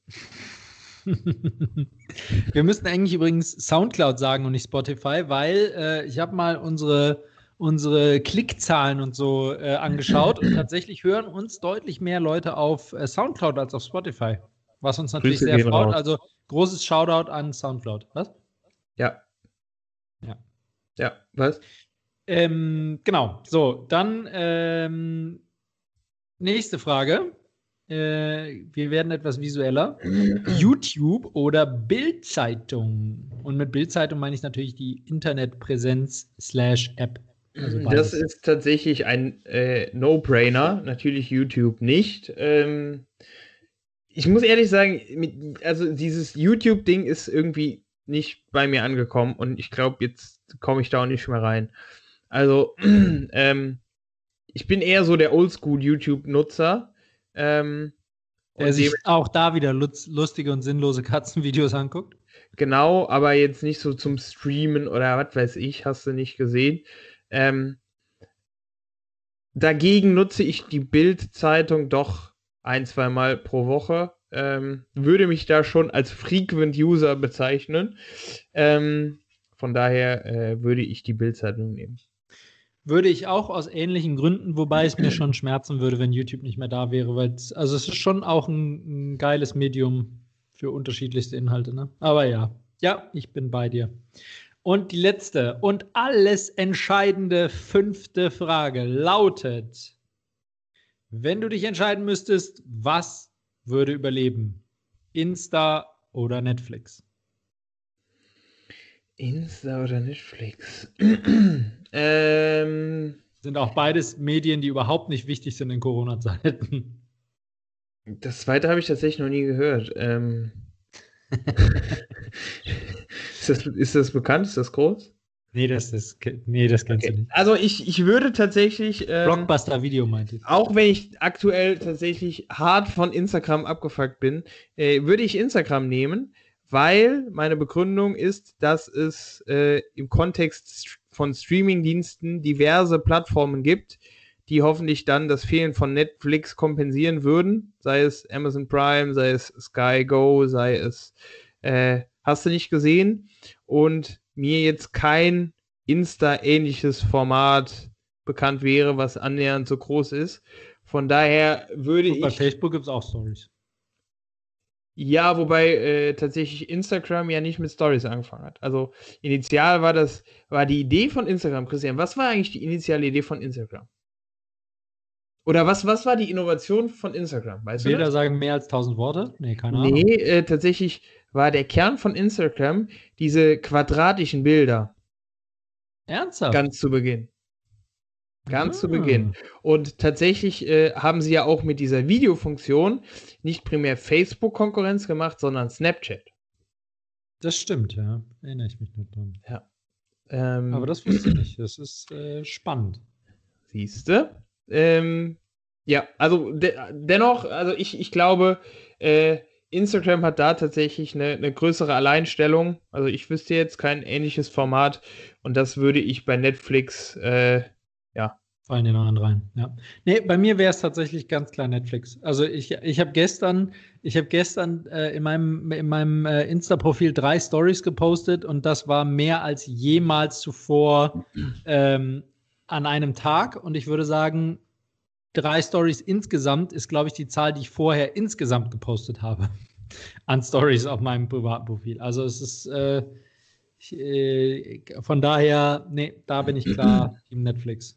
Wir müssten eigentlich übrigens Soundcloud sagen und nicht Spotify, weil äh, ich habe mal unsere, unsere Klickzahlen und so äh, angeschaut und tatsächlich hören uns deutlich mehr Leute auf äh, Soundcloud als auf Spotify. Was uns natürlich
Grüße
sehr
gehen
freut.
raus.
Also großes Shoutout an Soundcloud. Was?
Ja.
Ja.
Ja, was?
Ähm, genau. So, dann ähm, nächste Frage. Äh, wir werden etwas visueller. YouTube oder Bild-Zeitung? Und mit Bild-Zeitung meine ich natürlich die Internetpräsenz slash App. Also
das ist tatsächlich ein äh, No-Brainer. Natürlich YouTube nicht. Ähm, ich muss ehrlich sagen, mit, also dieses YouTube-Ding ist irgendwie nicht bei mir angekommen und ich glaube, jetzt komme ich da auch nicht mehr rein. Also, ähm, ich bin eher so der Oldschool-YouTube-Nutzer. Ähm,
der sich auch da wieder lustige und sinnlose Katzenvideos anguckt.
Genau, aber jetzt nicht so zum Streamen oder was weiß ich, hast du nicht gesehen. Ähm, dagegen nutze ich die Bild-Zeitung doch ein, zwei Mal pro Woche. Ähm, würde mich da schon als Frequent User bezeichnen. Ähm, von daher äh, würde ich die Bild-Zeitung nehmen.
Würde ich auch aus ähnlichen Gründen, wobei es mir schon schmerzen würde, wenn YouTube nicht mehr da wäre, weil es, also es ist schon auch ein, ein geiles Medium für unterschiedlichste Inhalte, ne? Aber ja, ja, ich bin bei dir. Und die letzte und alles entscheidende fünfte Frage lautet: Wenn du dich entscheiden müsstest, was würde überleben? Insta oder Netflix?
Insta oder Netflix? ähm,
Sind auch beides Medien, die überhaupt nicht wichtig sind in Corona-Zeiten.
Das zweite habe ich tatsächlich noch nie gehört. Ähm, ist, das, ist das bekannt? Ist das groß?
Nee, das, ist, nee, das kennst
okay.
du nicht.
Also ich, ich würde tatsächlich ähm,
Blockbuster-Video meinte ich.
Auch wenn ich aktuell tatsächlich hart von Instagram abgefuckt bin, äh, würde ich Instagram nehmen, weil meine Begründung ist, dass es äh, im Kontext von Streamingdiensten diverse Plattformen gibt, die hoffentlich dann das Fehlen von Netflix kompensieren würden, sei es Amazon Prime, sei es Sky Go, sei es äh, hast du nicht gesehen, und mir jetzt kein Insta-ähnliches Format bekannt wäre, was annähernd so groß ist. Von daher würde
Und bei
ich...
Bei Facebook gibt es auch Stories.
Ja, wobei äh, tatsächlich Instagram ja nicht mit Stories angefangen hat. Also initial war das, war die Idee von Instagram, Christian, was war eigentlich die initiale Idee von Instagram? Oder was, was war die Innovation von Instagram? Weißt
Bilder
du das?
sagen mehr als tausend Worte? Nee, keine Ahnung.
Nee, äh, tatsächlich war der Kern von Instagram diese quadratischen Bilder.
Ernsthaft?
Ganz zu Beginn. Ganz
ah.
zu Beginn. Und tatsächlich äh, haben sie ja auch mit dieser Videofunktion nicht primär Facebook-Konkurrenz gemacht, sondern Snapchat.
Das stimmt, ja. Erinnere ich mich nur dran.
Ja. Ähm,
Aber das wusste ich nicht. Das ist äh, spannend.
Siehste? Ähm, ja, also de dennoch, also ich, ich glaube, äh, Instagram hat da tatsächlich eine, eine größere Alleinstellung. Also ich wüsste jetzt kein ähnliches Format und das würde ich bei Netflix, äh, ja.
Fallen den anderen rein, ja. Nee, bei mir wäre es tatsächlich ganz klar Netflix. Also ich, ich habe gestern, ich habe gestern äh, in meinem, in meinem äh, Insta-Profil drei Stories gepostet und das war mehr als jemals zuvor ähm, an einem Tag. Und ich würde sagen, drei Stories insgesamt ist, glaube ich, die Zahl, die ich vorher insgesamt gepostet habe an Stories auf meinem privaten Profil. Also es ist äh, ich, äh, von daher, nee, da bin ich klar Team Netflix.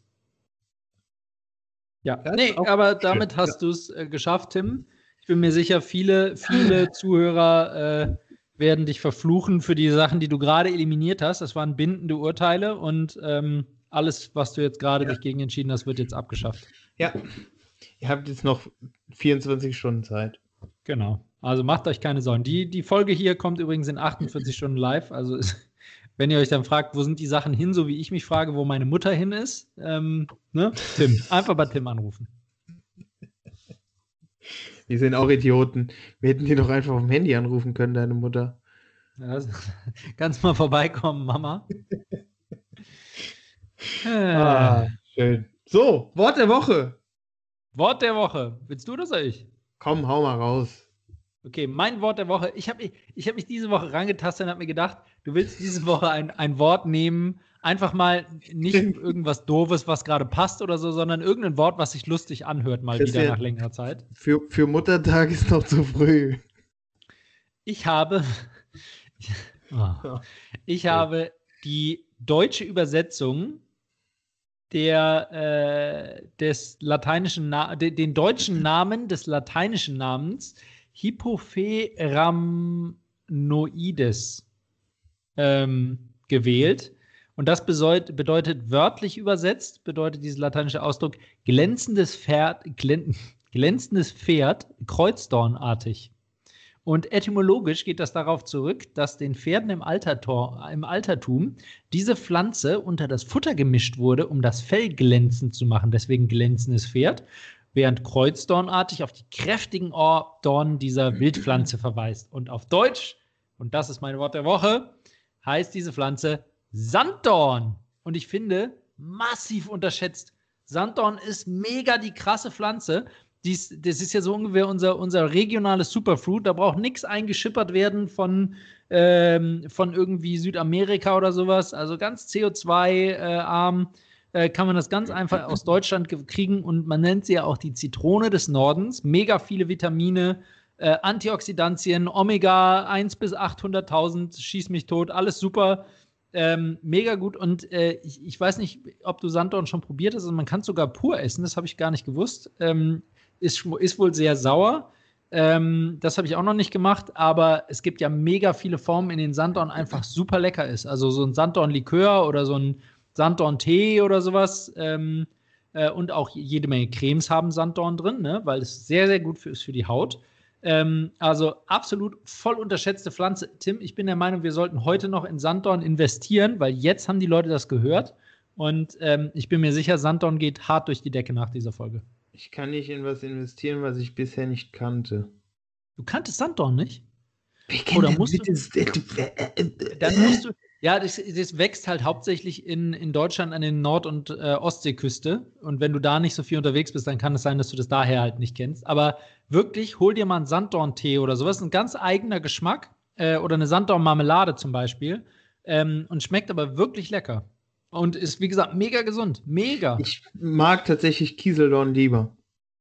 Ja,
Das
nee, aber damit
schön.
hast du es äh, geschafft, Tim. Ich bin mir sicher, viele, viele Zuhörer äh, werden dich verfluchen für die Sachen, die du gerade eliminiert hast. Das waren bindende Urteile und ähm, alles, was du jetzt gerade
Ja.
dich gegen entschieden hast, wird jetzt abgeschafft.
Ja, ihr habt jetzt noch vierundzwanzig Stunden Zeit.
Genau. Also macht euch keine Sorgen. Die, die Folge hier kommt übrigens in achtundvierzig Stunden live. Also ist, wenn ihr euch dann fragt, wo sind die Sachen hin, so wie ich mich frage, wo meine Mutter hin ist, ähm, ne? Tim. Einfach bei Tim anrufen.
Die sind auch Idioten. Wir hätten die doch einfach auf dem Handy anrufen können, deine Mutter.
Ja, kannst mal vorbeikommen, Mama.
Ah,
Äh,
schön. So, Wort der Woche.
Wort der Woche. Willst du das oder ich?
Komm, hau mal raus.
Okay, mein Wort der Woche. Ich habe mich, ich hab mich diese Woche rangetastet und habe mir gedacht, du willst diese Woche ein, ein Wort nehmen, einfach mal nicht irgendwas Doofes, was gerade passt oder so, sondern irgendein Wort, was sich lustig anhört, mal
Christian,
wieder nach längerer Zeit.
Für, für Muttertag ist noch zu früh.
Ich habe, oh, ich habe die deutsche Übersetzung der, äh, des lateinischen Na de, den deutschen Namen des lateinischen Namens Hippophramnoides ähm, gewählt. Und das bedeutet, bedeutet wörtlich übersetzt, bedeutet dieser lateinische Ausdruck glänzendes Pferd, glän, glänzendes Pferd, kreuzdornartig. Und etymologisch geht das darauf zurück, dass den Pferden im, Altertor, im Altertum diese Pflanze unter das Futter gemischt wurde, um das Fell glänzend zu machen. Deswegen glänzendes Pferd, während kreuzdornartig auf die kräftigen Dornen dieser Wildpflanze verweist. Und auf Deutsch, und das ist mein Wort der Woche, heißt diese Pflanze Sanddorn. Und ich finde, massiv unterschätzt. Sanddorn ist mega die krasse Pflanze. Dies, das ist ja so ungefähr unser, unser regionales Superfruit. Da braucht nichts eingeschippert werden von, ähm, von irgendwie Südamerika oder sowas. Also ganz C O zwei arm äh, kann man das ganz einfach aus Deutschland kriegen. Und man nennt sie ja auch die Zitrone des Nordens. Mega viele Vitamine, äh, Antioxidantien, Omega eins bis achthunderttausend, schieß mich tot, alles super. Ähm, mega gut. Und äh, ich, ich weiß nicht, ob du Sanddorn schon probiert hast. Also man kann es sogar pur essen, das habe ich gar nicht gewusst. Ähm, Ist, ist wohl sehr sauer. Ähm, das habe ich auch noch nicht gemacht, aber es gibt ja mega viele Formen, in denen Sanddorn einfach super lecker ist. Also so ein Sanddorn-Likör oder so ein Sanddorn-Tee oder sowas. Ähm, äh, und auch jede Menge Cremes haben Sanddorn drin, ne? Weil es sehr, sehr gut für, ist für die Haut. Ähm, also absolut voll unterschätzte Pflanze. Tim, ich bin der Meinung, wir sollten heute noch in Sanddorn investieren, weil jetzt haben die Leute das gehört. Und ähm, ich bin mir sicher, Sanddorn geht hart durch die Decke nach dieser Folge.
Ich kann nicht in was investieren, was ich bisher nicht kannte.
Du kanntest Sanddorn nicht?
Ich kenn
Oder
den
musst du,
das,
dann musst du, ja, das, das wächst halt hauptsächlich in, in Deutschland an der Nord- und äh, Ostseeküste. Und wenn du da nicht so viel unterwegs bist, dann kann es sein, dass du das daher halt nicht kennst. Aber wirklich, hol dir mal einen Sanddorn-Tee oder sowas. Ein ganz eigener Geschmack. Äh, oder eine Sanddorn-Marmelade zum Beispiel. Ähm, und schmeckt aber wirklich lecker. Und ist, wie gesagt, mega gesund. Mega.
Ich mag tatsächlich Kieseldorn lieber.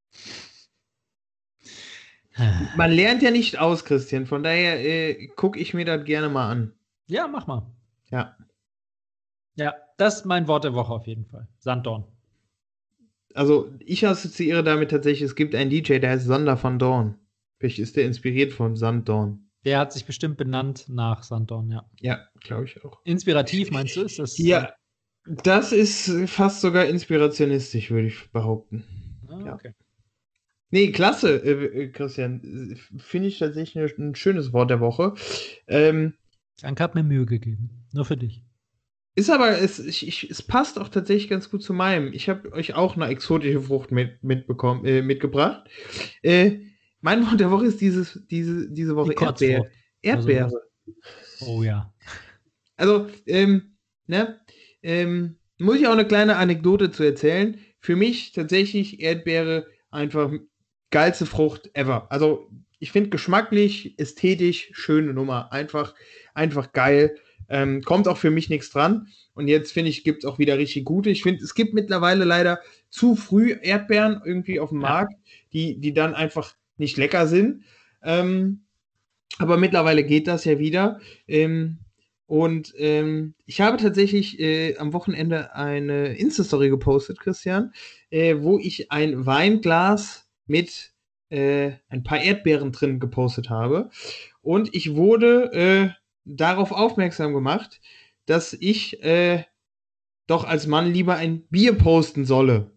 Man lernt ja nicht aus, Christian. Von daher äh, gucke ich mir das gerne mal an.
Ja, mach mal.
Ja.
Ja, das ist mein Wort der Woche auf jeden Fall. Sanddorn.
Also, ich assoziiere damit tatsächlich, es gibt einen D J, der heißt Sander van Dorn. Vielleicht ist der inspiriert von Sanddorn.
Der hat sich bestimmt benannt nach Sanddorn, ja.
Ja, glaube ich auch.
Inspirativ, meinst du? Ist das?
Ja, das ist fast sogar inspirationistisch, würde ich behaupten.
Ah, okay.
Ja. Nee, klasse, äh, Christian. Finde ich tatsächlich ein schönes Wort der Woche. Ähm,
Danke, hat mir Mühe gegeben. Nur für dich.
Ist aber, es, ich, ich, es passt auch tatsächlich ganz gut zu meinem. Ich habe euch auch eine exotische Frucht mit, mitbekommen, äh, mitgebracht. Äh, mein Wort der Woche ist dieses, diese, diese Woche
Die
Erdbeer,
Kotzfrucht.
Erdbeere.
Also, oh ja.
Also, ähm, ne, ähm, muss ich auch eine kleine Anekdote zu erzählen. Für mich tatsächlich Erdbeere einfach geilste Frucht ever. Also, ich finde geschmacklich, ästhetisch, schöne Nummer. Einfach, einfach geil. Ähm, kommt auch für mich nichts dran. Und jetzt finde ich, gibt es auch wieder richtig gute. Ich finde, es gibt mittlerweile leider zu früh Erdbeeren irgendwie auf dem
Ja.
Markt, die, die dann einfach nicht lecker sind. Ähm, aber mittlerweile geht das ja wieder. Ähm, und ähm, ich habe tatsächlich äh, am Wochenende eine Insta-Story gepostet, Christian, äh, wo ich ein Weinglas mit äh, ein paar Erdbeeren drin gepostet habe. Und ich wurde äh, darauf aufmerksam gemacht, dass ich äh, doch als Mann lieber ein Bier posten solle.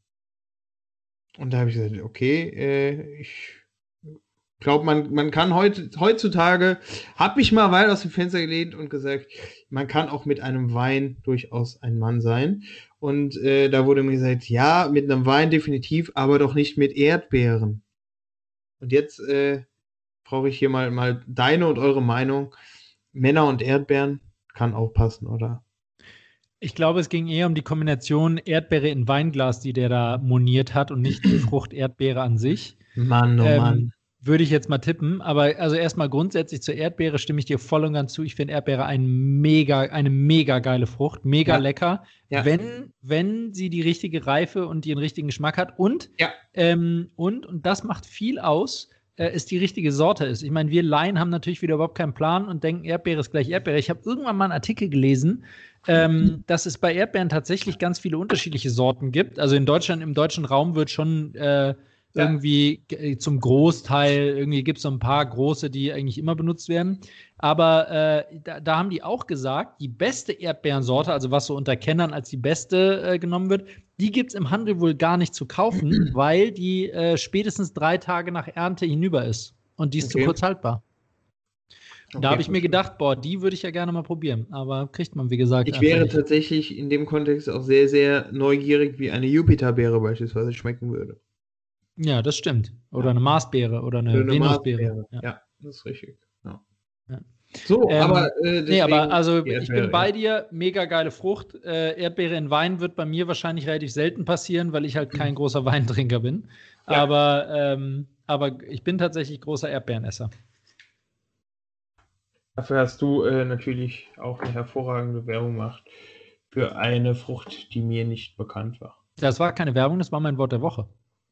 Und da habe ich gesagt, okay, äh, ich glaube, man, man kann heut, heutzutage, habe ich mal weit aus dem Fenster gelehnt und gesagt, man kann auch mit einem Wein durchaus ein Mann sein. Und äh, da wurde mir gesagt, ja, mit einem Wein definitiv, aber doch nicht mit Erdbeeren. Und jetzt äh, brauche ich hier mal, mal deine und eure Meinung. Männer und Erdbeeren kann auch passen, oder?
Ich glaube, es ging eher um die Kombination Erdbeere in Weinglas, die der da moniert hat und nicht die Frucht Erdbeere an sich.
Mann, oh
Ähm,
Mann.
würde ich jetzt mal tippen. Aber also erstmal grundsätzlich zur Erdbeere stimme ich dir voll und ganz zu. Ich finde Erdbeere ein mega, eine mega geile Frucht, mega
Ja.
lecker,
Ja.
wenn, wenn sie die richtige Reife und den richtigen Geschmack hat. Und,
Ja.
ähm, und, und das macht viel aus, äh, es die richtige Sorte ist. Ich meine, wir Laien haben natürlich wieder überhaupt keinen Plan und denken, Erdbeere ist gleich Erdbeere. Ich habe irgendwann mal einen Artikel gelesen, ähm, dass es bei Erdbeeren tatsächlich ganz viele unterschiedliche Sorten gibt. Also in Deutschland, im deutschen Raum wird schon äh, irgendwie äh, zum Großteil, irgendwie gibt es so ein paar große, die eigentlich immer benutzt werden. Aber äh, da, da haben die auch gesagt, die beste Erdbeerensorte, also was so unter Kennern als die beste äh, genommen wird, die gibt es im Handel wohl gar nicht zu kaufen, weil die äh, spätestens drei Tage nach Ernte hinüber ist. Und die ist
Okay.
zu kurz haltbar.
Okay,
da habe ich mir
verstehe.
gedacht, boah, die würde ich ja gerne mal probieren. Aber kriegt man, wie gesagt,
Ich
einfach
wäre
nicht.
tatsächlich in dem Kontext auch sehr, sehr neugierig, wie eine Jupiterbeere beispielsweise schmecken würde.
Ja, das stimmt. Oder
Ja.
eine Marsbeere oder eine,
Oder eine
Venusbeere.
Marsbeere.
Ja.
Ja, das ist richtig. Ja.
Ja.
So,
Ähm,
aber äh, deswegen
nee, aber also
die
ich
Erdbeere,
bin bei
ja.
dir, mega geile Frucht. Äh, Erdbeere in Wein wird bei mir wahrscheinlich relativ selten passieren, weil ich halt kein großer Weintrinker bin.
Ja.
Aber, ähm, aber ich bin tatsächlich großer Erdbeerenesser.
Dafür hast du äh, natürlich auch eine hervorragende Werbung gemacht für eine Frucht, die mir nicht bekannt war.
Das war keine Werbung, das war mein Wort der Woche.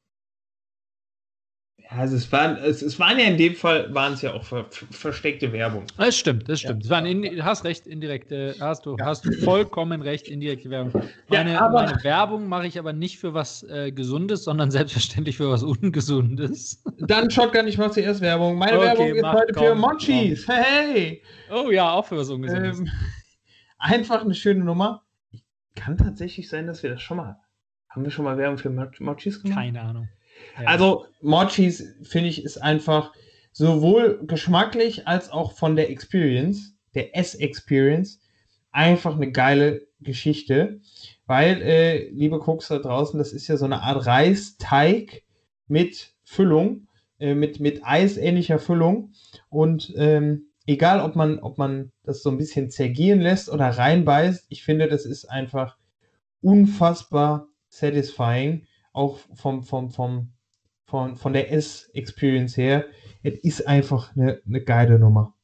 Ja, also es waren, es, es waren ja in dem Fall, waren es ja auch ver, versteckte Werbung.
Das stimmt, das stimmt.
Ja.
Es waren in, hast recht, indirekte, hast du,
Ja.
hast du vollkommen recht, indirekte Werbung. Meine,
Ja, aber-
meine Werbung mache ich aber nicht für was äh, Gesundes, sondern selbstverständlich für was Ungesundes.
Dann Shotgun, ich mache zuerst Werbung. Meine
Okay,
Werbung ist
mach,
heute für
komm,
Monchis. Hey!
Oh ja, auch für was Ungesundes.
Ähm, einfach eine schöne Nummer. Kann tatsächlich sein, dass wir das schon mal. Haben wir schon mal Werbung für Moch- Mochis gemacht?
Keine Ahnung. Ja.
Also, Mochis, finde ich, ist einfach sowohl geschmacklich als auch von der Experience, der Ess-Experience, einfach eine geile Geschichte. Weil, äh, liebe Cooks da draußen, das ist ja so eine Art Reisteig mit Füllung, äh, mit, mit eisähnlicher Füllung. Und ähm, egal, ob man, ob man das so ein bisschen zergehen lässt oder reinbeißt, ich finde, das ist einfach unfassbar satisfying, auch vom, vom, vom, von, von der Ess-Experience her. Es ist einfach eine, eine geile Nummer.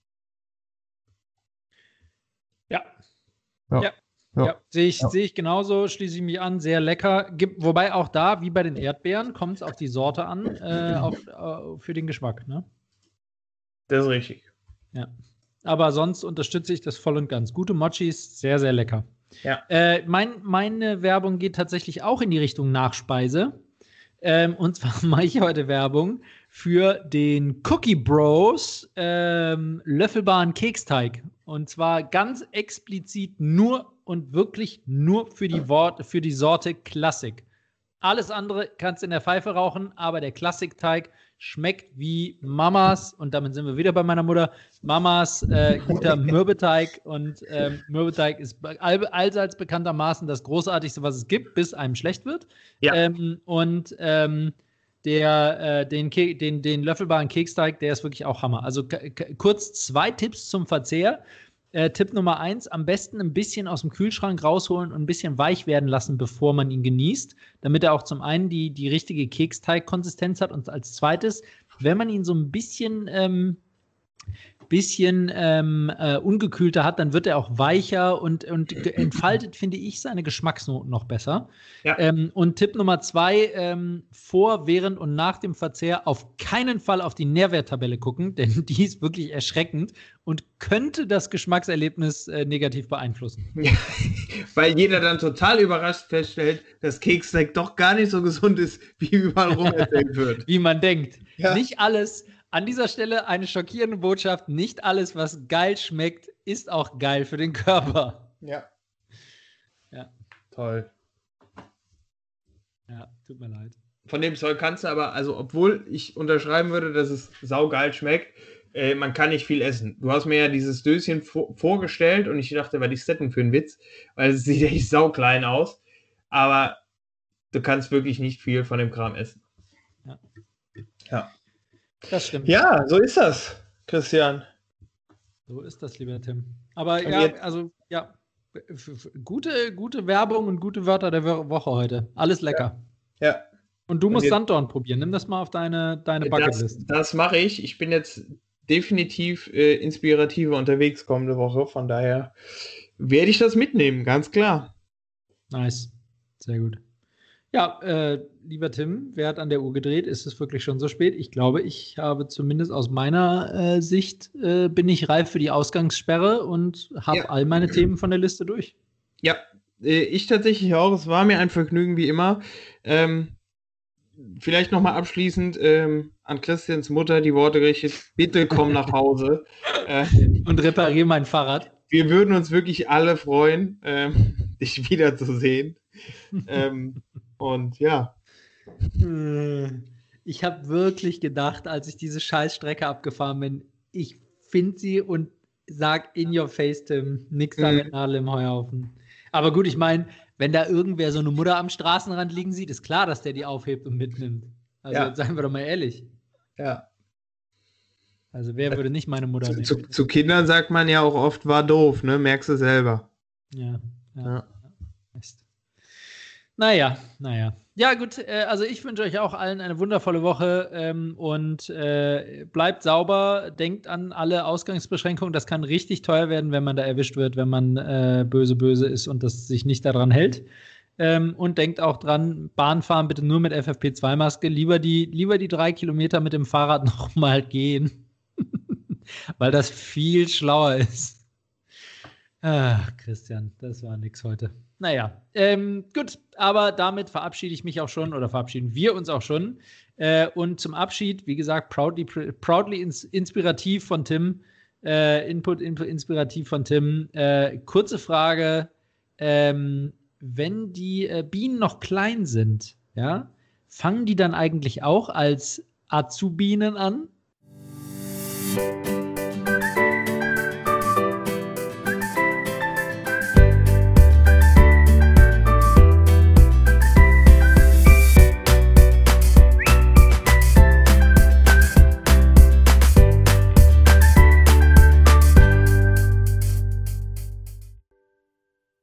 Ja.
Ja.
Ja.
Ja.
Ja, sehe ich,
Ja.
sehe ich genauso, schließe ich mich an, sehr lecker. Gibt, wobei auch da, wie bei den Erdbeeren, kommt es auf die Sorte an, äh, auf, äh, für den Geschmack. Ne?
Das ist richtig.
Ja. Aber sonst unterstütze ich das voll und ganz. Gute Mochis, sehr, sehr lecker.
Ja.
Äh, mein, meine Werbung geht tatsächlich auch in die Richtung Nachspeise. Ähm, und zwar mache ich heute Werbung für den Cookie Bros ähm, löffelbaren Keksteig. Und zwar ganz explizit nur und wirklich nur für die, Wort, für die Sorte Klassik. Alles andere kannst du in der Pfeife rauchen, aber der Klassikteig schmeckt wie Mamas, und damit sind wir wieder bei meiner Mutter, Mamas äh, guter Mürbeteig. Und ähm, Mürbeteig ist all, allseits bekanntermaßen das Großartigste, was es gibt, bis einem schlecht wird.
Ja.
Ähm, und ähm, der, äh, den, Ke den, den löffelbaren Keksteig, der ist wirklich auch Hammer. Also kurz zwei Tipps zum Verzehr. Äh, Tipp Nummer eins, am besten ein bisschen aus dem Kühlschrank rausholen und ein bisschen weich werden lassen, bevor man ihn genießt, damit er auch zum einen die, die richtige Keksteig-Konsistenz hat und als zweites, wenn man ihn so ein bisschen, ähm, bisschen ähm, äh, ungekühlter hat, dann wird er auch weicher und, und entfaltet, finde ich, seine Geschmacksnoten noch besser.
Ja.
Ähm, und Tipp Nummer zwei, ähm, vor, während und nach dem Verzehr auf keinen Fall auf die Nährwerttabelle gucken, denn die ist wirklich erschreckend und könnte das Geschmackserlebnis äh, negativ beeinflussen.
Weil jeder dann total überrascht feststellt, dass Keksteig doch gar nicht so gesund ist, wie überall rum erzählt wird.
Wie man denkt.
Ja.
Nicht alles, an dieser Stelle eine schockierende Botschaft, nicht alles, was geil schmeckt, ist auch geil für den Körper.
Ja.
Ja.
Toll.
Ja, tut mir leid.
Von dem Zeug kannst du aber, also obwohl ich unterschreiben würde, dass es saugeil schmeckt, äh, man kann nicht viel essen. Du hast mir ja dieses Döschen vor vorgestellt und ich dachte, was ist das denn für ein Witz? Weil es sieht echt sauklein aus. Aber du kannst wirklich nicht viel von dem Kram essen.
Ja.
Ja.
Das stimmt.
Ja, so ist das, Christian.
So ist das, lieber Tim. Aber
Und
ja,
jetzt-
also ja, f- f- gute, gute Werbung und gute Wörter der Wo- Woche heute. Alles lecker.
Ja,
Und du
Und
musst
jetzt-
Sanddorn probieren. Nimm das mal auf deine, deine
das,
Bucketlist.
das mache ich. Ich bin jetzt definitiv äh, inspirativer unterwegs kommende Woche. Von daher werde ich das mitnehmen, ganz klar.
Nice. Sehr gut. Ja, äh, lieber Tim, wer hat an der Uhr gedreht? Ist es wirklich schon so spät? Ich glaube, ich habe zumindest aus meiner äh, Sicht, äh, bin ich reif für die Ausgangssperre und habe
Ja.
all meine Themen von der Liste durch.
Ja, äh, ich tatsächlich auch. Es war mir ein Vergnügen wie immer. Ähm, vielleicht nochmal abschließend ähm, an Christians Mutter die Worte gerichtet: Bitte komm nach Hause. Äh,
Und repariere mein Fahrrad.
wir würden uns wirklich alle freuen, ähm, dich wiederzusehen. ähm, und ja,
Ich habe wirklich gedacht, als ich diese Scheißstrecke abgefahren bin, ich finde sie und sag in your face, Tim, nix da
Mhm.
mit Nadel im Heuhaufen. Aber gut, ich meine, wenn da irgendwer so eine Mutter am Straßenrand liegen sieht, ist klar, dass der die aufhebt und mitnimmt. Also
Ja.
jetzt seien wir doch mal ehrlich.
ja.
Also wer würde nicht meine Mutter
Zu,
nehmen?
zu, zu Kindern sagt man ja auch oft, war doof, ne? Merkst du selber.
Ja, ja.
Ja.
Mist. Naja, naja. Ja, gut, äh, also ich wünsche euch auch allen eine wundervolle Woche ähm, und äh, bleibt sauber, denkt an alle Ausgangsbeschränkungen. Das kann richtig teuer werden, wenn man da erwischt wird, wenn man äh, böse, böse ist und das sich nicht daran hält. Ähm, und denkt auch dran, Bahnfahren bitte nur mit F F P zwei Maske. Lieber die, lieber die drei Kilometer mit dem Fahrrad nochmal gehen, weil das viel schlauer ist. Ach, Christian, das war nix heute. Naja, ähm, gut, aber damit verabschiede ich mich auch schon oder verabschieden wir uns auch schon. Äh, und zum Abschied, wie gesagt, proudly, proudly ins, inspirativ von Tim, äh, Input, Input inspirativ von Tim. Äh, kurze Frage, ähm, wenn die äh, Bienen noch klein sind, ja, fangen die dann eigentlich auch als Azubinen an?